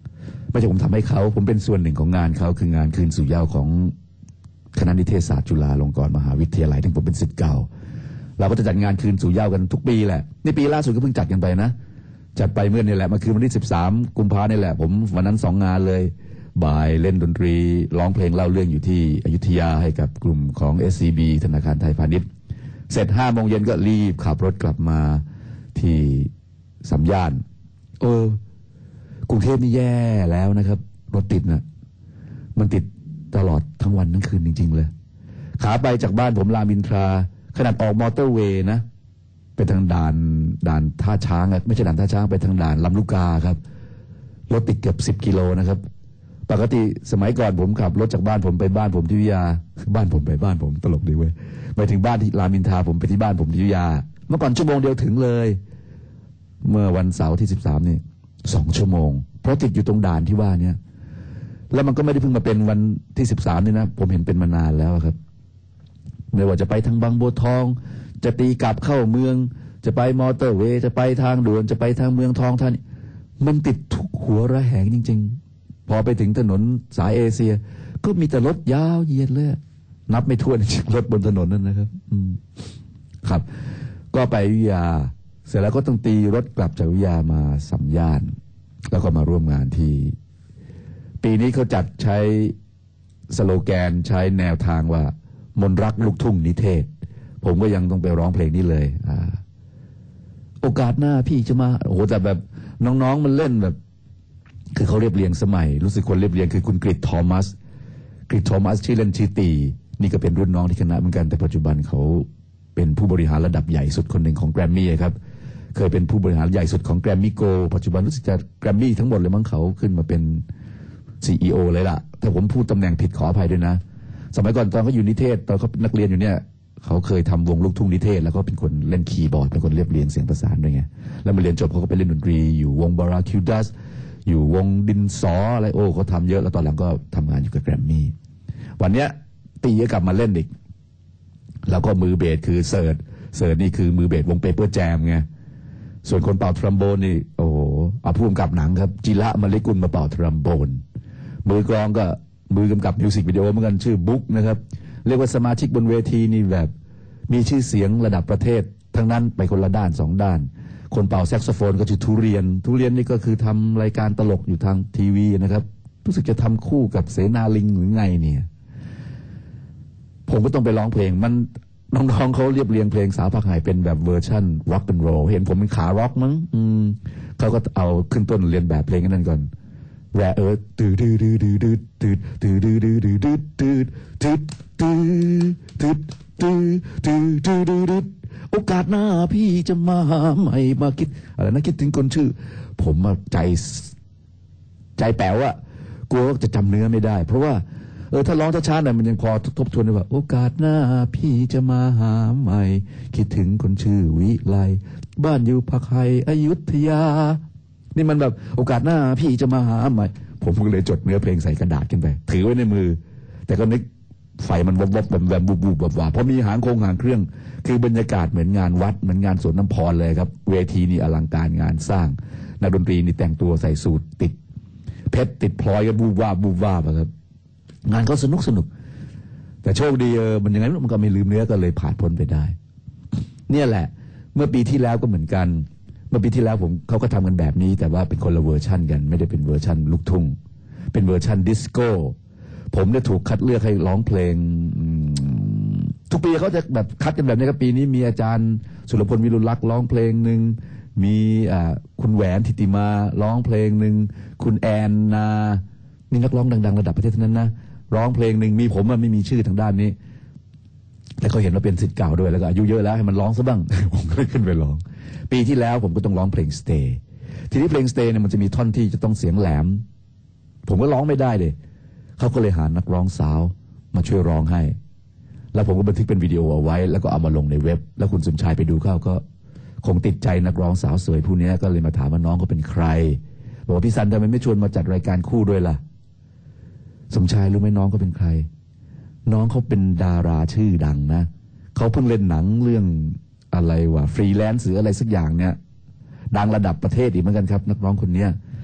ไม่ใช่ผมทำให้เขาผมเป็นส่วนหนึ่งของงานเขาคืองานคืนสู่เหย้าของคณะนิเทศศาสตร์จุฬาลงกรณ์มหาวิทยาลัยที่ผมเป็นศิษย์เก่าเราก็จะจัดงานคืนสู่เหย้ากันทุกปีแหละนี่ปีล่าสุดก็เพิ่งจัดกันไปนะจัดไปเมื่อนี่แหละมาคืนวันที่สิบสามกุมภาพันธ์นี่แหละผมวันนั้นสองงานเลยบ่ายเล่นดนตรีร้องเพลงเล่าเรื่องอยู่ที่อยุธยาให้กับกลุ่มของ เอส ซี บี ธนาคารไทยพาณิชย์เสร็จห้าโมงเย็นก็รีบขับรถกลับมาที่สามย่านเออกรุงเทพนี่แย่แล้วนะครับรถติดนะมันติดตลอดทั้งวันทั้งคืนจริงๆเลยขาไปจากบ้านผมรามอินทราขนาดออกมอเตอร์เวย์นะไปทางด่านด่านท่าช้างไม่ใช่ด่านท่าช้างไปทางด่านลำลูกกาครับรถติดเกือบสิบกิโลนะครับปกติสมัยก่อนผมขับรถจากบ้านผมไปบ้านผมที่วิทยาบ้านผมไปบ้านผมตลกดีเว้ยไปถึงบ้านที่รามอินทราผมไปที่บ้านผมที่วิทยาเมื่อก่อนชั่วโมงเดียวถึงเลยเมื่อวันเสาร์ที่สิบสามนี่สองชั่วโมงเพราะติดอยู่ตรงด่านที่ว่าเนี่ยแล้วมันก็ไม่ได้เพิ่งมาเป็นวันที่สิบสามนี่นะผมเห็นเป็นมานานแล้วครับไม่ว่าจะไปทางบางบัวทองจะตีกลับเข้าเมืองจะไปมอเตอร์เวย์จะไปทางด่วนจะไปทางเมืองทองท่านมันติดทุกหัวระแหงจริงๆพอไปถึงถนนสายเอเชียก็มีแต่รถยาวเหยียดเลยนับไม่ถ้วนจริงรถบนถนนนั่นนะครับอืมครับก็ไปวิทยาเสร็จแล้วก็ต้องตีรถกลับจากวิทยามาสามย่านแล้วก็มาร่วมงานที่ปีนี้เขาจัดใช้สโลแกนใช้แนวทางว่ามนรักลูกทุ่งนิเทศผมก็ยังต้องไปร้องเพลงนี้เลยอ่าโอกาสหน้าพี่จะมาโอ้โหแต่แบบน้องๆมันเล่นแบบคือเขาเรียบเรียงสมัยรู้สึกคนเรียบเรียงคือคุณกฤษทอมัสกฤษทอมัสที่เล่นชื่อตีนี่ก็เป็นรุ่นน้องที่คณะเหมือนกันแต่ปัจจุบันเขาเป็นผู้บริหารระดับใหญ่สุดคนหนึ่งของแกรมมี่ครับเคยเป็นผู้บริหารใหญ่สุดของแกรมมี่โกปัจจุบันรู้สึกจะแกรมมี่ทั้งหมดเลยมั้งเขาขึ้นมาเป็น ซี อี โอ เลยล่ะถ้าผมพูดตำแหน่งผิดขออภัยด้วยนะสมัยก่อนตอนเขาอยู่นิเทศตอนเขาเป็นนักเรียนอยู่เนี่ยเขาเคยทำวงลูกทุ่งนิเทศแล้วก็เป็นคนเล่นคีย์บอร์ดเป็นคนเรียบเรียงเสียงประสานด้วยไงแล้วมาเรียนจบเขาก็ไปเล่นดนตรีอยู่วงบาราคิวดัสอยู่วงดินสออะไรโอ้เขาทำเยอะแล้วตอนหลังก็ทำงานอยู่กับแกรมมี่วันเนี้ยตีก็กลับมาเล่นอีกแล้วก็มือเบสคือเสิร์ชเสิร์ชนี่คือมือเบสวงเปเปอร์แจมไงส่วนคนเป่าทรัมโบนนี่โอ้โหเอาผู้กำกับหนังครับจิระมลิกุลมาเป่าทรัมโบนมือกลองก็มือกำกับมิวสิกวิดีโอเหมือนกันชื่อบุ๊กนะครับเรียกว่าสมาชิกบนเวทีนี่แบบมีชื่อเสียงระดับประเทศทั้งนั้นไปคนละด้านสองด้านคนเป่าแซกโซโฟนก็ชื่อทุเรียนทุเรียนนี่ก็คือทำรายการตลกอยู่ทางทีวีนะครับรู้สึกจะทำคู่กับเสนาลิงหรือไงเนี่ยผมก็ต้องไปร้องเพลงมันน้องๆเขาเรียบเรียงเพลงสาวผักไหเป็นแบบเวอร์ชั่นร็อกแอนด์โรลเห็นผมเป็นขาร็อกมั้งอืมเขาก็เอาขึ้นต้นเรียนแบบเพลงนั้นก่อนแรเออตื้อดื้อดื้อดื้อดื้อตื้อดื้อดื้อดื้อดื้อดื้อตื้อตื้อตื้อตื้อตื้อตื้อตื้อตื้อโอกาสหน้าพี่จะมาหาใหม่มาคิดอะไรนะคิดถึงคนชื่อผมมาใจใจแป๋วอะกลัวจะจำเนื้อไม่ได้เพราะว่าเออถ้าร้องช้าๆหน่อยมันยังพอทบทวนได้ว่าโอกาสหน้าพี่จะมาหาใหม่คิดถึงคนชื่อวิไลบ้านอยู่ผักไห่อยุธยานี่มันแบบโอกาสหน้าพี่จะมาหาใหม่ผมก็เลยจดเนื้อเพลงใส่กระดาษกันไปถือไว้ในมือแต่ก็นึกไฟมันวับวับแวมแวมบูบบูบวับวับเพราะมีหางโคงหางเครื่องคือบรรยากาศเหมือนงานวัดเหมือนงานสวนน้ำพรเลยครับเวทีนี่อลังการงานสร้างนักดนตรีนี่แต่งตัวใส่สูทติดเพชรติดพลอยกันบูบวาบบูบวาบครับงานก็สนุกสนุกแต่โชคดีเออมันยังไงมันก็ไม่ลืมเนื้อก็เลยผ่านพ้นไปได้เนี่ยแหละเมื่อปีที่แล้วก็เหมือนกันเมื่อปีที่แล้วผมเขาก็ทำกันแบบนี้แต่ว่าเป็นคนละเวอร์ชั่นกันไม่ได้เป็นเวอร์ชั่นลูกทุ่งเป็นเวอร์ชั่นดิสโก้ผมได้ถูกคัดเลือกให้ร้องเพลงทุกปีเขาจะแบบคัดกันแบบนี้ครับปีนี้มีอาจารย์สุรพลวิรุฬลักษณ์ร้องเพลงหนึ่งมีคุณแหวนทิติมาร้องเพลงหนึ่งคุณแอนนานี่นักร้องดังๆระดับประเทศนั้นนะร้องเพลงหนึ่งมีผมมันไม่มีชื่อทางด้านนี้แต่เขาเห็นว่าเป็นศิษย์เก่าด้วยแล้วก็อายุเยอะแล้วให้มันร้องซะบ้าง ผมก็เลยขึ้นไปร้องปีที่แล้วผมก็ต้องร้องเพลง Stay ทีนี้เพลง Stay เนี่ยมันจะมีท่อนที่จะต้องเสียงแหลมผมก็ร้องไม่ได้เลยเขาก็เลยหานักร้องสาวมาช่วยร้องให้แล้วผมก็บันทึกเป็นวิดีโอเอาไว้แล้วก็เอามาลงในเว็บแล้วคุณสมชายไปดูเข้าก็คงติดใจนักร้องสาวสวยผู้นี้ก็เลยมาถามว่าน้องเขาเป็นใครบอกว่าพี่สันทำไมไม่ชวนมาจัดรายการคู่ด้วยล่ะสมชายรู้ไหมน้องเขาเป็นใครน้องเขาเป็นดาราชื่อดังนะเขาเพิ่งเล่นหนังเรื่องอะไรวะฟรีแลนซ์หรืออะไรสักอย่างเนี่ยดังระดับประเทศอีกเหมือนกันครับนักร้องคนนี้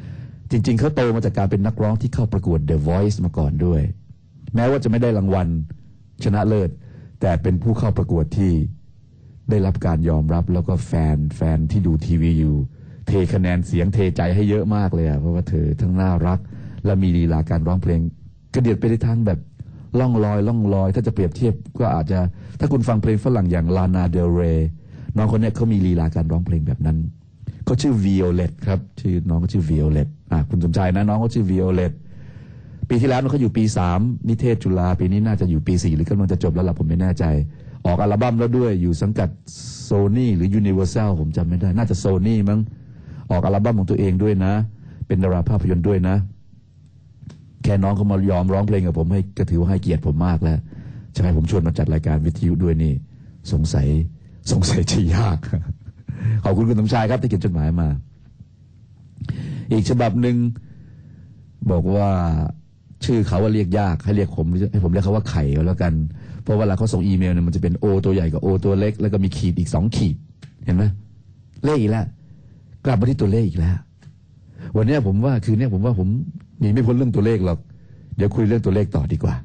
จริงๆเขาโตมาจากการเป็นนักร้องที่เข้าประกวด The Voice มาก่อนด้วยแม้ว่าจะไม่ได้รางวัลชนะเลิศแต่เป็นผู้เข้าประกวดที่ได้รับการยอมรับแล้วก็แฟนแฟนที่ดูทีวีอยู่เทคะแนนเสียงเทใจให้เยอะมากเลยอ่ะเพราะว่าเธอทั้งน่ารักและมีลีลาการร้องเพลงกระเดียดไปในทางแบบล่องลอยล่องลอยถ้าจะเปรียบเทียบก็อาจจะถ้าคุณฟังเพลงฝรั่งอย่างลานาเดลเรย์น้องคนนี้เขามีลีลาการร้องเพลงแบบนั้นเขาชื่อวิโอเลตครับชื่อน้องเขาชื่อวิโอเลตอ่ะคุณสมชายนะน้องเขาชื่อวิโอเลตปีที่แล้วเขาอยู่ปีสามนิเทศจุฬาปีนี้น่าจะอยู่ปีสี่หรือกำลังจะจบแล้วล่ะผมไม่แน่ใจออกอัลบั้มแล้วด้วยอยู่สังกัดโซนี่หรือยูนิเวอร์แซลผมจำไม่ได้น่าจะโซนี่มั้งออกอัลบั้มของตัวเองด้วยนะเป็นดาราภาพยนตร์ด้วยนะแค่น้องเขามายอมร้องเพลงกับผมให้ก็ถือว่าให้เกียรติผมมากแล้วจะให้ผมชวนมาจัดรายการวิทยุด้วยนี่สงสัยสงสัยจะยากขอบคุณคุณสมชายครับที่เขียนจดหมายมาอีกฉบับหนึ่งบอกว่าชื่อเขาว่าเรียกยากให้เรียกผมให้ผมเรียกเขาว่าไข่ก็แล้วกันเพราะเวลาเขาส่งอีเมลเนี่ยมันจะเป็นโอตัวใหญ่กับโอตัวเล็กแล้วก็มีขีดอีกสองขีดเห็นไหมเลขอีกแล้วกลับมาที่ตัวเลขอีกแล้ววันนี้ผมว่าคืนนี้ผมว่าผมหนีไม่พ้นเรื่องตัวเลขหรอกเดี๋ยวคุยเรื่องตัวเลขต่อดีกว่า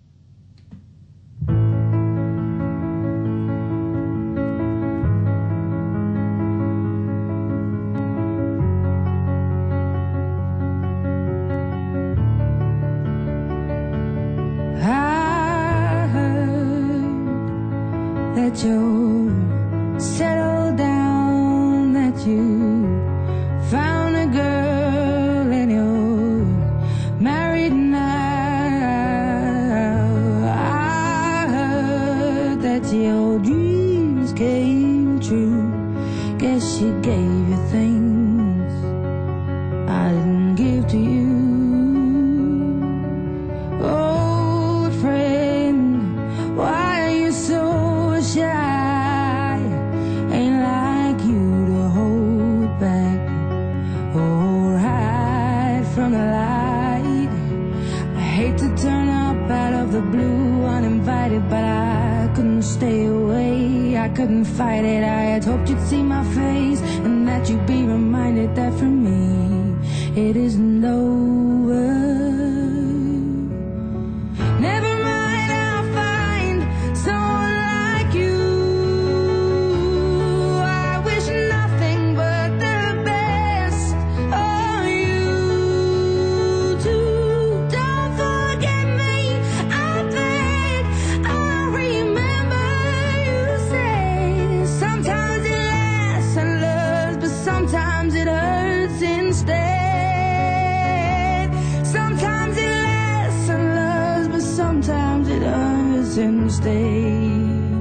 That you settle down, that you found a girl and you're married now. I heard that your dreams came true. Guess she gave you things I didn't give to you. Old friend, why are you so shy? Ain't like you to hold back or hide from the light. I hate to turn up out of the blue uninvited, but I couldn't stay away. I couldn't fight it. I had hoped you'd see my face and that you'd be reminded that for me it isn't over. Never mind, I'll find someone like you. I wish nothing but the best of you too. Don't forget me, I beg. I remember you say sometimes it lasts and loves, but sometimes it hurts instead. Sometimes it lasts and loves, but sometimes it hurts instead.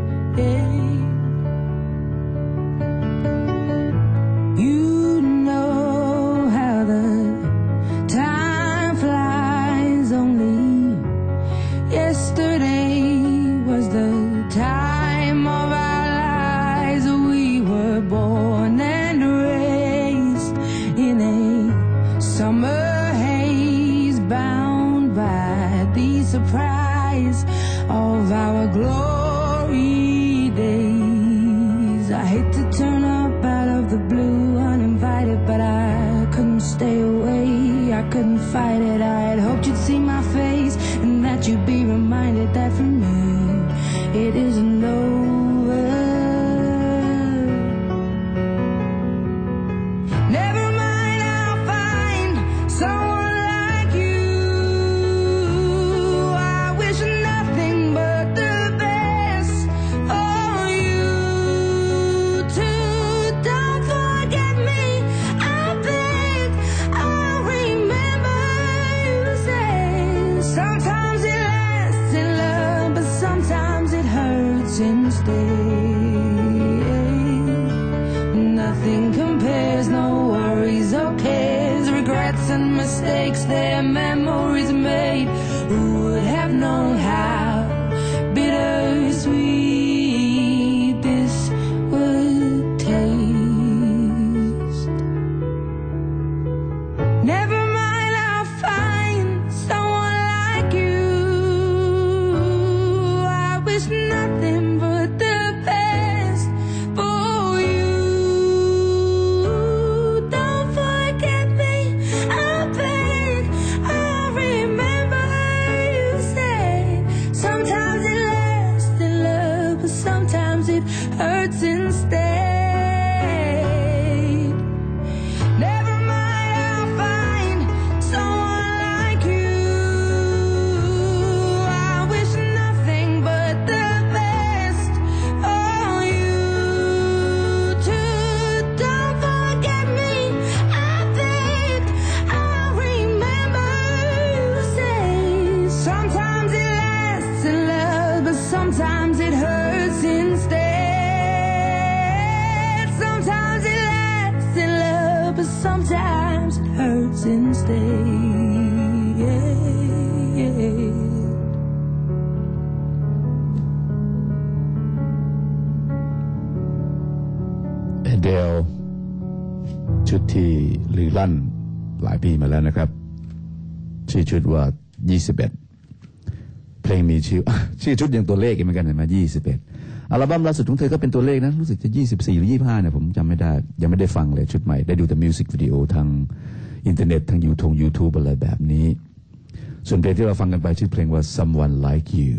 You know how the time flies. Only yesterday was the time of our lives. We were born and raised in a summer haze, bound by the surprise of our glory days. I hate to turn up out of the blue uninvited, but I couldn't stay away. I couldn't fight it. I had hoped you'd see my face and that you'd be reminded that for me it isn't over. Never mind, I'll find someone like you. I wish nothing but the best for you too. Don't forget me, I beg. I remember you hurts instead. Never mind, I'll find someone like you. I wish nothing but the best for you too. Don't forget me, I beg. I remember you say sometimes it lasts in love, but sometimes it hurts instead. Sometimes it lasts in love, but sometimes it hurts instead. เดลชุดที่ลือลั่นหลายปีมาแล้วนะครับชื่อชุดว่ายี่สิบเอ็ดเพลงมีชื่อ ชื่อชุดยังตัวเลขเหมือนกันเห็นไหมยี่สิบเอ็ดอัลบั้มล่าสุดของเธอก็เป็นตัวเลขนะรู้สึกจะยี่สิบสี่หรือยี่สิบห้าเนี่ยผมจำไม่ได้ยังไม่ได้ฟังเลยชุดใหม่ได้ดูแต่มิวสิกวิดีโอทางอินเทอร์เน็ตทางยูทงยูทูบอะไรแบบนี้ส่วนเพลงที่เราฟังกันไปชื่อเพลงว่า Someone Like You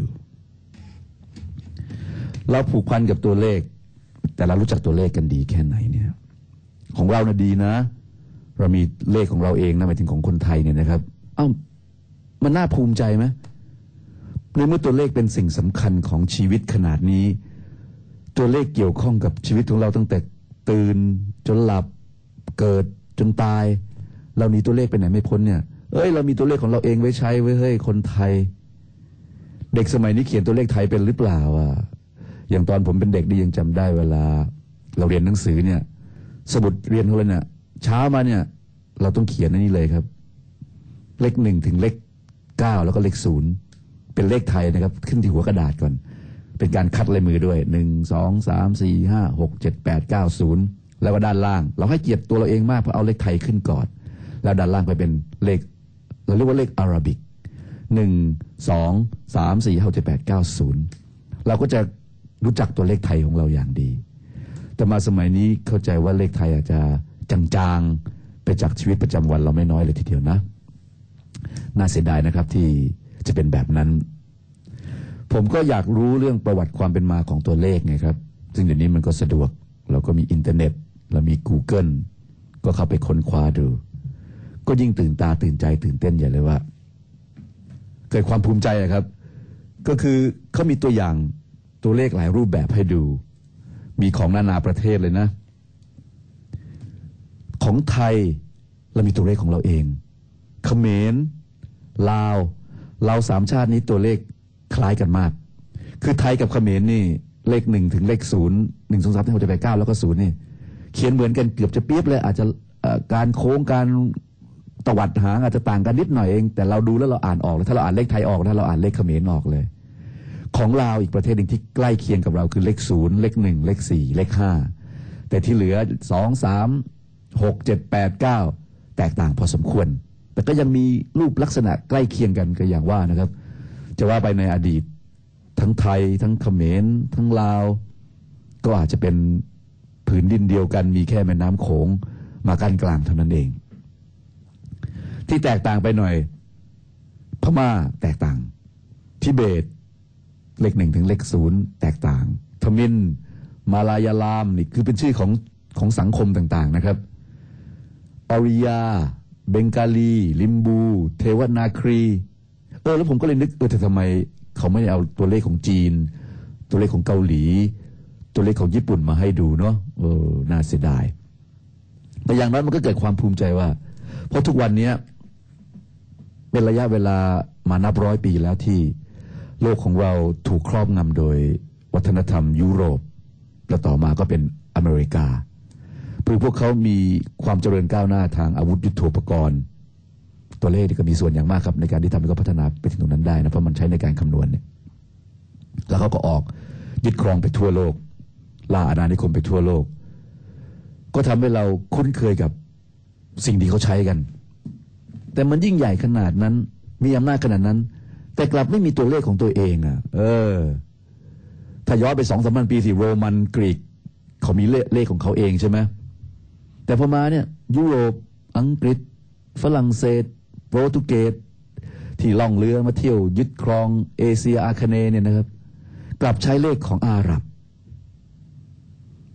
เราผูกพันกับตัวเลขแต่เรารู้จักตัวเลขกันดีแค่ไหนเนี่ยของเรานะดีนะเรามีเลขของเราเองนะหมายถึงของคนไทยเนี่ยนะครับเอ้ามันน่าภูมิใจไหมในเมื่อตัวเลขเป็นสิ่งสำคัญของชีวิตขนาดนี้ตัวเลขเกี่ยวข้องกับชีวิตของเราตั้งแต่ตื่นจนหลับเกิดจนตายเราหนีตัวเลขไปไหนไม่พ้นเนี่ยเอ้ยเรามีตัวเลขของเราเองไว้ใช้ไว้เฮ้ยคนไทยเด็กสมัยนี้เขียนตัวเลขไทยเป็นหรือเปล่าอ่ะอย่างตอนผมเป็นเด็กนี่ยังจำได้เวลาเราเรียนหนังสือเนี่ยสมุดเรียนของเราเนี่ยเช้ามาเนี่ยเราต้องเขียนอันนี้เลยครับเลขหนึ่งถึงเลขเก้าแล้วก็เลขศูนย์เป็นเลขไทยนะครับขึ้นที่หัวกระดาษก่อนเป็นการคัดลายมือด้วยหนึ่งสองสามสี่ห้าหกเจ็ดแปดเก้าศูนย์แล้วก็ด้านล่างเราให้เกียรติตัวเราเองมากเพราะเอาเลขไทยขึ้นก่อนแล้วด้านล่างไปเป็นเลขเราเรียกว่าเลขอาราบิกหนึ่งสองสามสี่ห้าเจ็ดแปดเก้าศูนย์เราก็จะรู้จักตัวเลขไทยของเราอย่างดีแต่มาสมัยนี้เข้าใจว่าเลขไทยอาจจะจางๆไปจากชีวิตประจำวันเราไม่น้อยเลยทีเดียวนะน่าเสียดายนะครับที่จะเป็นแบบนั้นผมก็อยากรู้เรื่องประวัติความเป็นมาของตัวเลขไงครับซึ่งเดี๋ยวนี้มันก็สะดวกเราก็มีอินเทอร์เน็ตเรามี Google ก็เข้าไปค้นคว้าดูก็ยิ่งตื่นตาตื่นใจตื่นเต้นใหญ่เลยว่าเกิดความภูมิใจครับก็คือเขามีตัวอย่างตัวเลขหลายรูปแบบให้ดูมีของนานาประเทศเลยนะของไทยเรามีตัวเลขของเราเองเขมรลาวเราสามชาตินี้ตัวเลขคล้ายกันมากคือไทยกับเขมรนี่เลขหนึ่งถึงเลขศูนย์หนึ่งสองสามสี่ห้าเจ็ดแปดเก้าแล้วก็ศูนย์นี่เขียนเหมือนกันเกือบจะเปียบเลยอาจจะการโค้งการตวัดหางอาจจะต่างกันนิดหน่อยเองแต่เราดูแล้วเราอ่านออกเลยถ้าเราอ่านเลขไทยออกนะเราอ่านเลขเขมรออกเลยของลาวอีกประเทศหนึ่งที่ใกล้เคียงกับเราคือเลขศูนย์เลขหนึ่งเลขสี่เลขห้าแต่ที่เหลือสองสามหกเจ็ดแปดเก้าแตกต่างพอสมควรแต่ก็ยังมีรูปลักษณะใกล้เคียงกันก็อย่างว่านะครับจะว่าไปในอดีตทั้งไทยทั้งเขมรทั้งลาวก็อาจจะเป็นผืนดินเดียวกันมีแค่แม่น้ำโขงมากั้นกลางเท่านั้นเองที่แตกต่างไปหน่อยพม่าแตกต่างทิเบตเลขหนึ่งถึงเลขศูนย์แตกต่างทมิฬมาลายาลามนี่คือเป็นชื่อของของสังคมต่างๆนะครับออริยาเบงกาลีลิมบูเทวนาครีเออแล้วผมก็เลยนึกเออแต่ทำไมเขาไม่เอาตัวเลขของจีนตัวเลขของเกาหลีตัวเลขของญี่ปุ่นมาให้ดูเนาะเออน่าเสียดายแต่อย่างนั้นมันก็เกิดความภูมิใจว่าเพราะทุกวันนี้เป็นระยะเวลามานับร้อยปีแล้วที่โลกของเราถูกครอบงำโดยวัฒนธรรมยุโรปและต่อมาก็เป็นอเมริกาคือพวกเขามีความเจริญก้าวหน้าทางอาวุธยุทโธปกรณ์ตัวเลขก็มีส่วนอย่างมากครับในการที่ทำให้เขาพัฒนาไปถึงตรงนั้นได้นะเพราะมันใช้ในการคำนวณเนี่ยแล้วเขาก็ออกยึดครองไปทั่วโลกล่าอาณานิคมไปทั่วโลกก็ทำให้เราคุ้นเคยกับสิ่งที่เขาใช้กันแต่มันยิ่งใหญ่ขนาดนั้นมีอำนาจขนาดนั้นแต่กลับไม่มีตัวเลขของตัวเองอ่ะเออถ้าย้อนไปสองสามพันปีสิโรมันกรีกเขามีเลขเลขของเขาเองใช่ไหมแต่พอมาเนี่ยยุโรปอังกฤษฝรั่งเศสโปรตุเกสที่ล่องเรือมาเที่ยวยึดครองเอเชียอาคเนย์เนี่ยนะครับกลับใช้เลขของอาหรับ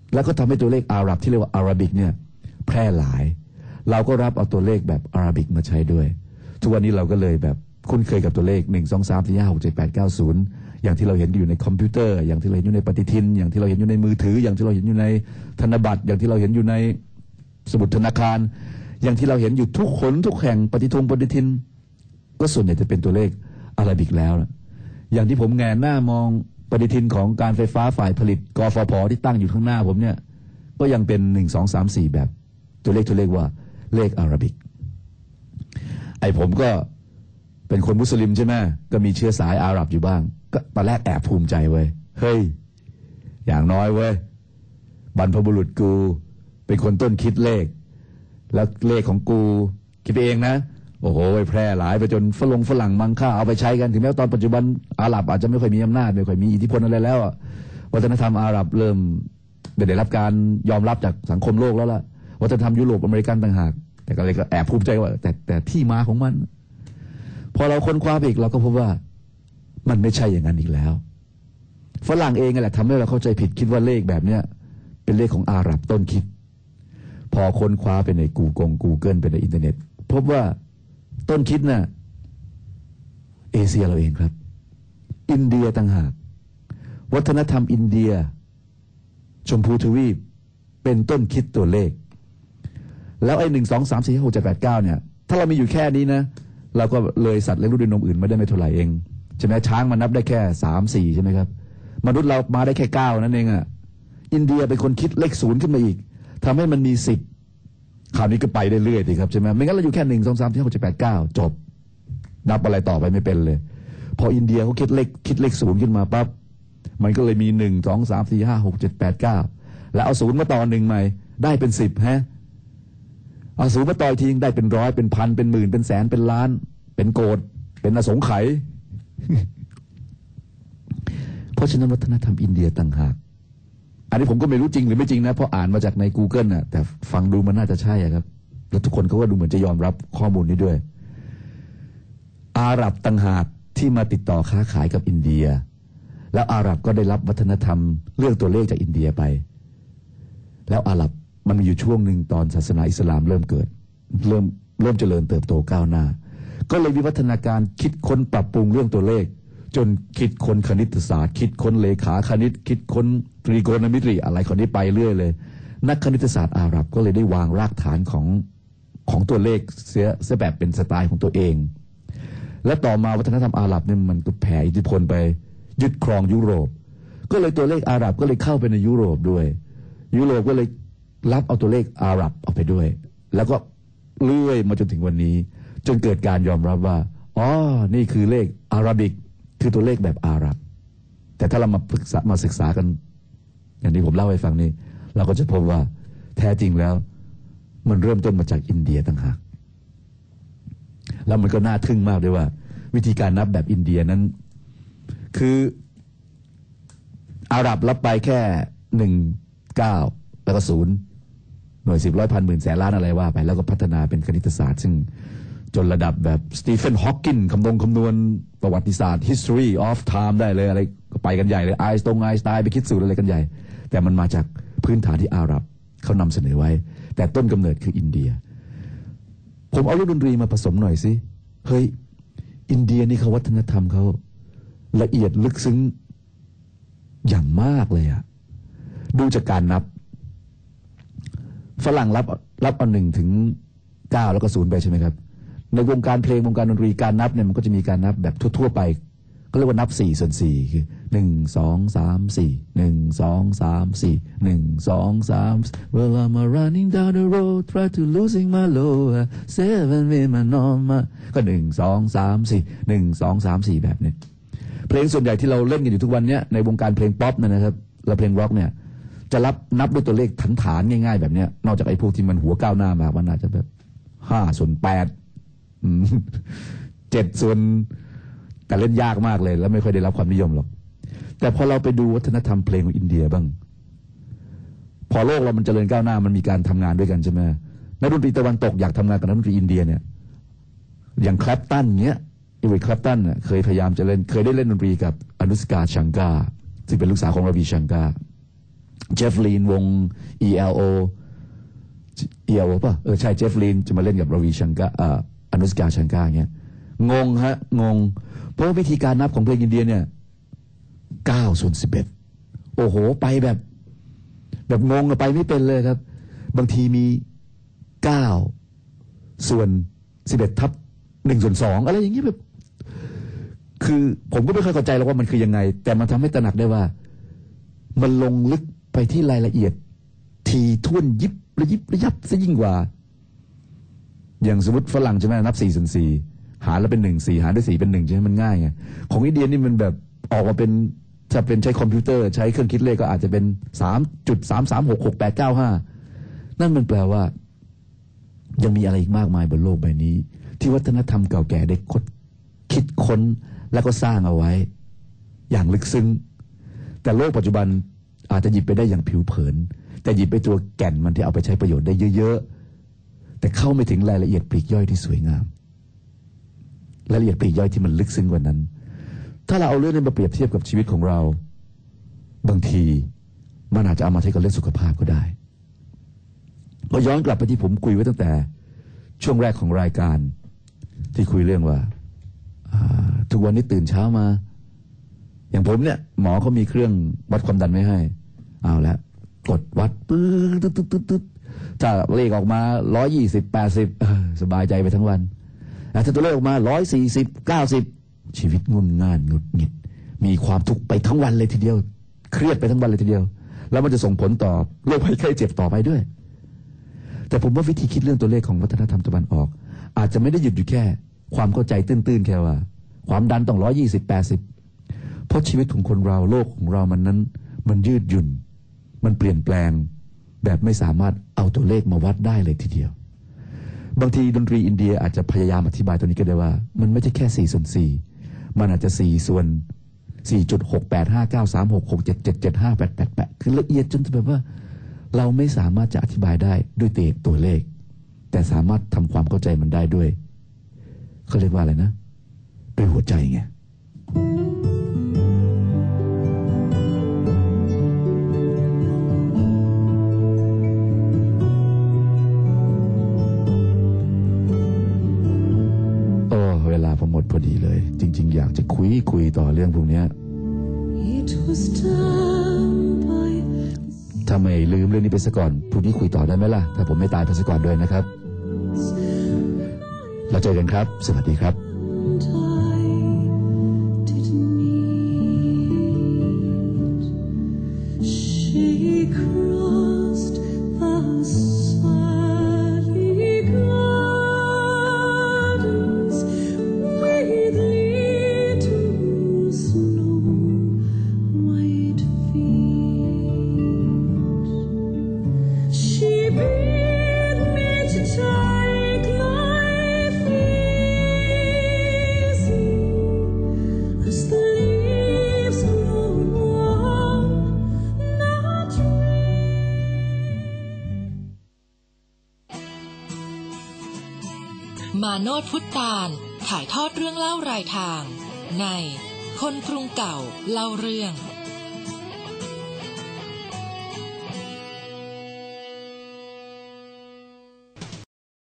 แล้วก็ทำให้ตัวเลขอาหรับที่เรียกว่าอาราบิกเนี่ยแพร่หลายเราก็รับเอาตัวเลขแบบอาราบิกมาใช้ด้วยทุกวันนี้เราก็เลยแบบคุ้นเคยกับตัวเลขหนึ่ง สอง สาม สี่ ห้า หก เจ็ด แปด เก้า ศูนย์อย่างที่เราเห็นอยู่ในคอมพิวเตอร์อย่างที่เราเห็นอยู่ในปฏิทินอย่างที่เราเห็นอยู่ในมือถืออย่างที่เราเห็นอยู่ในธนบัตรอย่างที่เราเห็นอยู่ในสมุดธนาคารอย่างที่เราเห็นอยู่ทุกคนทุกแห่งปฏิทงปฏิทินก็ส่วนใหญ่จะเป็นตัวเลขอาราบิกแล้วนะอย่างที่ผมแงนหน้ามองปฏิทินของการไฟฟ้าฝ่ายผลิตกฟผที่ตั้งอยู่ข้างหน้าผมเนี่ยก็ยังเป็นหนึ่ง สอง สาม สี่แบบตัวเลขตัวเลขว่าเลขอาราบิกไอ้ผมก็เป็นคนมุสลิมใช่ไหมก็มีเชื้อสายอาหรับอยู่บ้างก็ตอนแรกแอบภูมิใจเว้ยเฮ้ยอย่างน้อยเว้ยบรรพบุรุษกูเป็นคนต้นคิดเลขแล้วเลขของกูคิดเองนะโอ้โหแพร่หลายไปจนฝรั่งฝรั่งมังค่าเอาไปใช้กันถึงแม้ตอนปัจจุบันอาหรับอาจจะไม่ค่อยมีอำนาจไม่ค่อยมีอิทธิพลอะไรแล้ววัฒนธรรมอาหรับเริ่มได้รับการยอมรับจากสังคมโลกแล้วล่ะวัฒนธรรมยุโรปอเมริกันต่างหากแต่ก็เลยก็แอบภูมิใจว่าแต่แต่ที่มาของมันพอเราค้นคว้าไปอีกเราก็พบว่ามันไม่ใช่อย่างนั้นอีกแล้วฝรั่งเองแหละทำให้เราเข้าใจผิดคิดว่าเลขแบบเนี้ยเป็นเลขของอาหรับต้นคิดพอค้นคว้าไปในกูกงกูเกิลไปในอินเทอร์เน็ตพบว่าต้นคิดน่ะเอเชียเราเองครับอินเดียต่างหากวัฒนธรรมอินเดียชมพูทวีปเป็นต้นคิดตัวเลขแล้วไอ้หนึ่งสองสามสี่ห้าหกเจ็ดแปดเก้าเนี่ยถ้าเรามีอยู่แค่นี้นะเราก็เลยสัตว์เลี้ยงลูกด้วยนมอื่นไม่ได้ไม่เท่าไหร่เองใช่ไหมช้างมันนับได้แค่สามสี่ใช่ไหมครับมนุษย์เรามาได้แค่เก้านั่นเองอ่ะอินเดียเป็นคนคิดเลขศูนย์ขึ้นมาอีกทำให้มันมีสิบคราวนี้ก็ไปได้เรื่อยๆสิครับใช่ไหมไม่งั้นเราอยู่แค่หนึ่งสองสามสี่ห้าหกเจ็ดแปดเก้าจบนับอะไรต่อไปไม่เป็นเลยพออินเดียเขาคิดเลขคิดเลขศูนย์ขึ้นมาปั๊บมันก็เลยมีหนึ่งสองสามสี่ห้าหกเจ็ดแปดเก้าแล้วเอาศูนย์มาต่อหนึ่งใหม่ได้เป็นสิบฮะเอาศูนย์มาต่อทีได้เป็นร้อยเป็นพันเป็นหมื่นเป็นแสนเป็นล้านเป็นโกดเป็นอสงไขย เพราะฉะนั้นวัฒนธรรมอินเดียต่างหากอันนี้ผมก็ไม่รู้จริงหรือไม่จริงนะเพราะอ่านมาจากใน Google น่ะแต่ฟังดูมันน่าจะใช่ครับแล้วทุกคนเขาก็ดูเหมือนจะยอมรับข้อมูลนี้ด้วยอาหรับต่างหากที่มาติดต่อค้าขายกับอินเดียแล้วอาหรับก็ได้รับวัฒนธรรมเรื่องตัวเลขจากอินเดียไปแล้วอาหรับมันมีอยู่ช่วงหนึ่งตอนศาสนาอิสลามเริ่มเกิดเริ่มเริ่มเจริญเติบโตก้าวหน้าก็เลยวิวัฒนาการคิดค้นปรับปรุงเรื่องตัวเลขจนคิดค้นคณิตศาสตร์คิดค้นเลขาคณิตคิดค้นตรีโกณมิตรีอะไรคนนี้ไปเรื่อยเลยนักคณิตศาสตร์อาหรับก็เลยได้วางรากฐานของของตัวเลขเสียเสียแบบเป็นสไตล์ของตัวเองและต่อมาวัฒนธรรมอาหรับเนี่ยมันก็แผ่อิทธิพลไปยึดครองยุโรปก็เลยตัวเลขอาหรับก็เลยเข้าไปในยุโรปด้วยยุโรปก็เลยรับเอาตัวเลขอาหรับออกไปด้วยแล้วก็เลื่อยมาจนถึงวันนี้จนเกิดการยอมรับว่าอ๋อนี่คือเลขอาราบิกคือตัวเลขแบบอาหรับแต่ถ้าเรามาศึกษามาศึกษากันอย่างที่ผมเล่าให้ฟังนี่เราก็จะพบว่าแท้จริงแล้วมันเริ่มต้นมาจากอินเดียต่างหากแล้วมันก็น่าทึ่งมากด้วยว่าวิธีการนับแบบอินเดียนั้นคืออาหรับรับไปแค่หนึ่งเก้าแล้วก็ศูนย์หน่วยสิบร้อยพันหมื่นแสนล้านอะไรว่าไปแล้วก็พัฒนาเป็นคณิตศาสตร์ซึ่งจนระดับแบบสตีเฟนฮอว์กินคำนวณคำนวณประวัติศาสตร์ history of time ได้เลยอะไรก็ไปกันใหญ่เลยไอน์สไตน์ไอน์สไตน์ไปคิดสูตรอะไรกันใหญ่แต่มันมาจากพื้นฐานที่อาหรับเขานำเสนอไว้แต่ต้นกำเนิดคืออินเดียผมเอาลูกดนตรีมาผสมหน่อยสิเฮ้ยอินเดียนี่เขาวัฒนธรรมเขาละเอียดลึกซึ้งอย่างมากเลยอะดูจากการนับฝรั่งรับรับเอาหนึ่งถึงเก้าแล้วก็ศูนย์ไปใช่ไหมครับในวงการเพลงวงการดนตรีการนับเนี่ยมันก็จะมีการนับแบบทั่วๆไปก็เรียกว่านับสี่ส่วนสี่คือหนึ่งสองสามสี่หนึ่งสองสามสี่หนึ่งสองสาม Well I'm running down the road try to losing my lower seven with my normal ก็หนึ่งสองสามสี่หนึ่งสองสามสี่แบบนี้เพลงส่วนใหญ่ที่เราเล่นกันอยู่ทุกวันเนี้ยในวงการเพลงป๊อปนะครับและเพลงร็อกเนี่ยจะรับนับด้วยตัวเลขฐานๆง่ายๆแบบเนี้ยนอกจากไอ้พวกที่มันหัวก้าวหน้ามามันอาจจะแบบห้าส่วนแปดเจ็ดส่วนแต่เล่นยากมากเลยแล้วไม่ค่อยได้รับความนิยมหรอกแต่พอเราไปดูวัฒนธรรมเพลงของอินเดียบ้างพอโลกเรามันเจริญก้าวหน้ามันมีการทำงานด้วยกันใช่ไหมนักดนตรีตะวันตกอยากทำงานกับนักดนตรีอินเดียเนี่ยอย่างแคลปตันเนี้ยอีริคแคลปตันเนี่ยเคยพยายามจะเล่นเคยได้เล่นดนตรีกับอนุสกาชังกาซึ่งเป็นลูกสาวของรวีชังกาเจฟลีนวง อี แอล โอ อี แอล โอ ป่ะเออใช่เจฟลีนจะมาเล่นกับราวีชังกาอ่าอนุสกาชังกาเงี้ยงงฮะงงเพราะวิธีการนับของเพลงอินเดียเนี่ยเก้าส่วนสิบเอ็ดโอ้โหไปแบบแบบงงไปไม่เป็นเลยครับบางทีมีเก้าส่วนสิบเอ็ดทับหนึ่งส่วนสองอะไรอย่างเงี้ยแบบคือผมก็ไม่ค่อยเข้าใจแล้วว่ามันคือยังไงแต่มันทำให้ตระหนักได้ว่ามันลงลึกไปที่รายละเอียดทีท่วนยิบระยิบระยับซะยิ่งกว่าอย่างสมมติฝรั่งใช่ไหมนับสี่ส่วนสี่หารแล้วเป็นหนึ่งสี่หารด้วยสี่เป็นหนึ่งใช่ไหมมันง่ายไงของอินเดียนี่มันแบบออกมาเป็นถ้าเป็นใช้คอมพิวเตอร์ใช้เครื่องคิดเลขก็อาจจะเป็นสามจุดสามสามหกหกแปดเก้าห้านั่นมันแปลว่ายังมีอะไรอีกมากมายบนโลกใบนี้ที่วัฒนธรรมเก่าแก่ได้คิดค้นแล้วก็สร้างเอาไว้อย่างลึกซึ้งแต่โลกปัจจุบันอาจจะหยิบไปได้อย่างผิวเผินแต่หยิบไปตัวแก่นมันที่เอาไปใช้ประโยชน์ได้เยอะๆแต่เข้าไม่ถึงรายละเอียดปลีกย่อยที่สวยงามรายละเอียดปลีกย่อยที่มันลึกซึ้งกว่านั้นถ้าเราเอาเรื่องนี้มาเปรียบเทียบกับชีวิตของเราบางทีมันอาจจะเอามาใช้กับเรื่องสุขภาพก็ได้ก็ย้อนกลับไปที่ผมคุยไว้ตั้งแต่ช่วงแรกของรายการที่คุยเรื่องว่าทุกวันนี้ตื่นเช้ามาอย่างผมเนี่ยหมอเขามีเครื่องวัดความดันไม่ให้เอาละกดวัดปื๊ดตึ๊ดตึ๊ดตึ๊ดตึ๊ดถ้าเลขออกมาร้อยยี่สิบแปดสิบสบายใจไปทั้งวันแต่ถ้าตัวเลขออกมาร้อยสี่สิบเก้าสิบชีวิตงุนง่านหงุดหงิดมีความทุกข์ไปทั้งวันเลยทีเดียวเครียดไปทั้งวันเลยทีเดียวแล้วมันจะส่งผลต่อโรคภัยไข้เจ็บต่อไปด้วยแต่ผมว่าวิธีคิดเรื่องตัวเลขของวัฒนธรรมตะวันออกอาจจะไม่ได้หยุดอยู่แค่ความเข้าใจตื้นๆแค่ว่าความดันต้องร้อยยี่สิบแปดสิบเพราะชีวิตของคนเราโลกของเรามันนั้นมันยืดหยุ่นมันเปลี่ยนแปลงแบบไม่สามารถเอาตัวเลขมาวัดได้เลยทีเดียวบางทีดนตรีอินเดียอาจจะพยายามอธิบายตัวนี้ก็ได้ว่ามันไม่ใช่แค่สี่ส่วนสี่มันอาจจะสี่ส่วนสี่จุดหกแปดห้าเก้าสามหกหกเจ็ดเจ็ดเจ็ดห้าแปดแปดแปดคือละเอียดจนแบบว่าเราไม่สามารถจะอธิบายได้ด้วยตัวเลขแต่สามารถทำความเข้าใจมันได้ด้วยเขาเรียกว่าอะไรนะด้วยหัวใจไงโอ้เวลาผมหมดพอดีเลยจริงๆอยากจะคุยคุยต่อเรื่องพวกนี้ถ้าไม่ลืมเรื่องนี้ไปซะก่อนพรุ่งนี้คุยต่อได้ไหมล่ะถ้าผมไม่ตายไปซะก่อนด้วยนะครับเราเจอกันครับสวัสดีครับมาโนดพุทธตาลถ่ายทอดเรื่องเล่ารายทางในคนกรุงเก่าเล่าเรื่อง